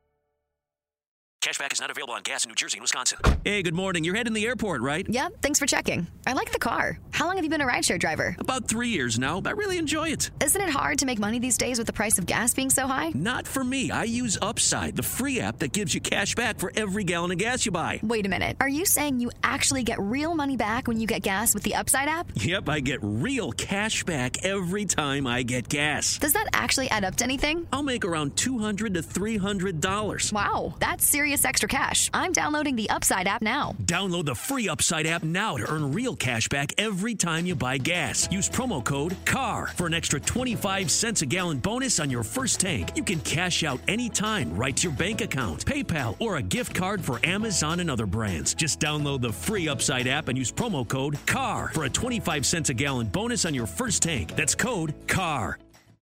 Cashback is not available on gas in New Jersey and Wisconsin. Hey, good morning. You're heading to the airport, right? Yep, thanks for checking. I like the car. How long have you been a rideshare driver? About three years now. I really enjoy it. Isn't it hard to make money these days with the price of gas being so high? Not for me. I use Upside, the free app that gives you cash back for every gallon of gas you buy. Wait a minute. Are you saying you actually get real money back when you get gas with the Upside app? Yep, I get real cash back every time I get gas. Does that actually add up to anything? I'll make around two hundred to three hundred dollars. Wow, that's serious extra cash. I'm downloading the Upside app now. Download the free Upside app now to earn real cash back every time you buy gas. Use promo code C A R for an extra twenty-five cents a gallon bonus on your first tank. You can cash out anytime right to your bank account, PayPal, or a gift card for Amazon and other brands. Just download the free Upside app and use promo code C A R for a twenty-five cents a gallon bonus on your first tank. That's code C A R.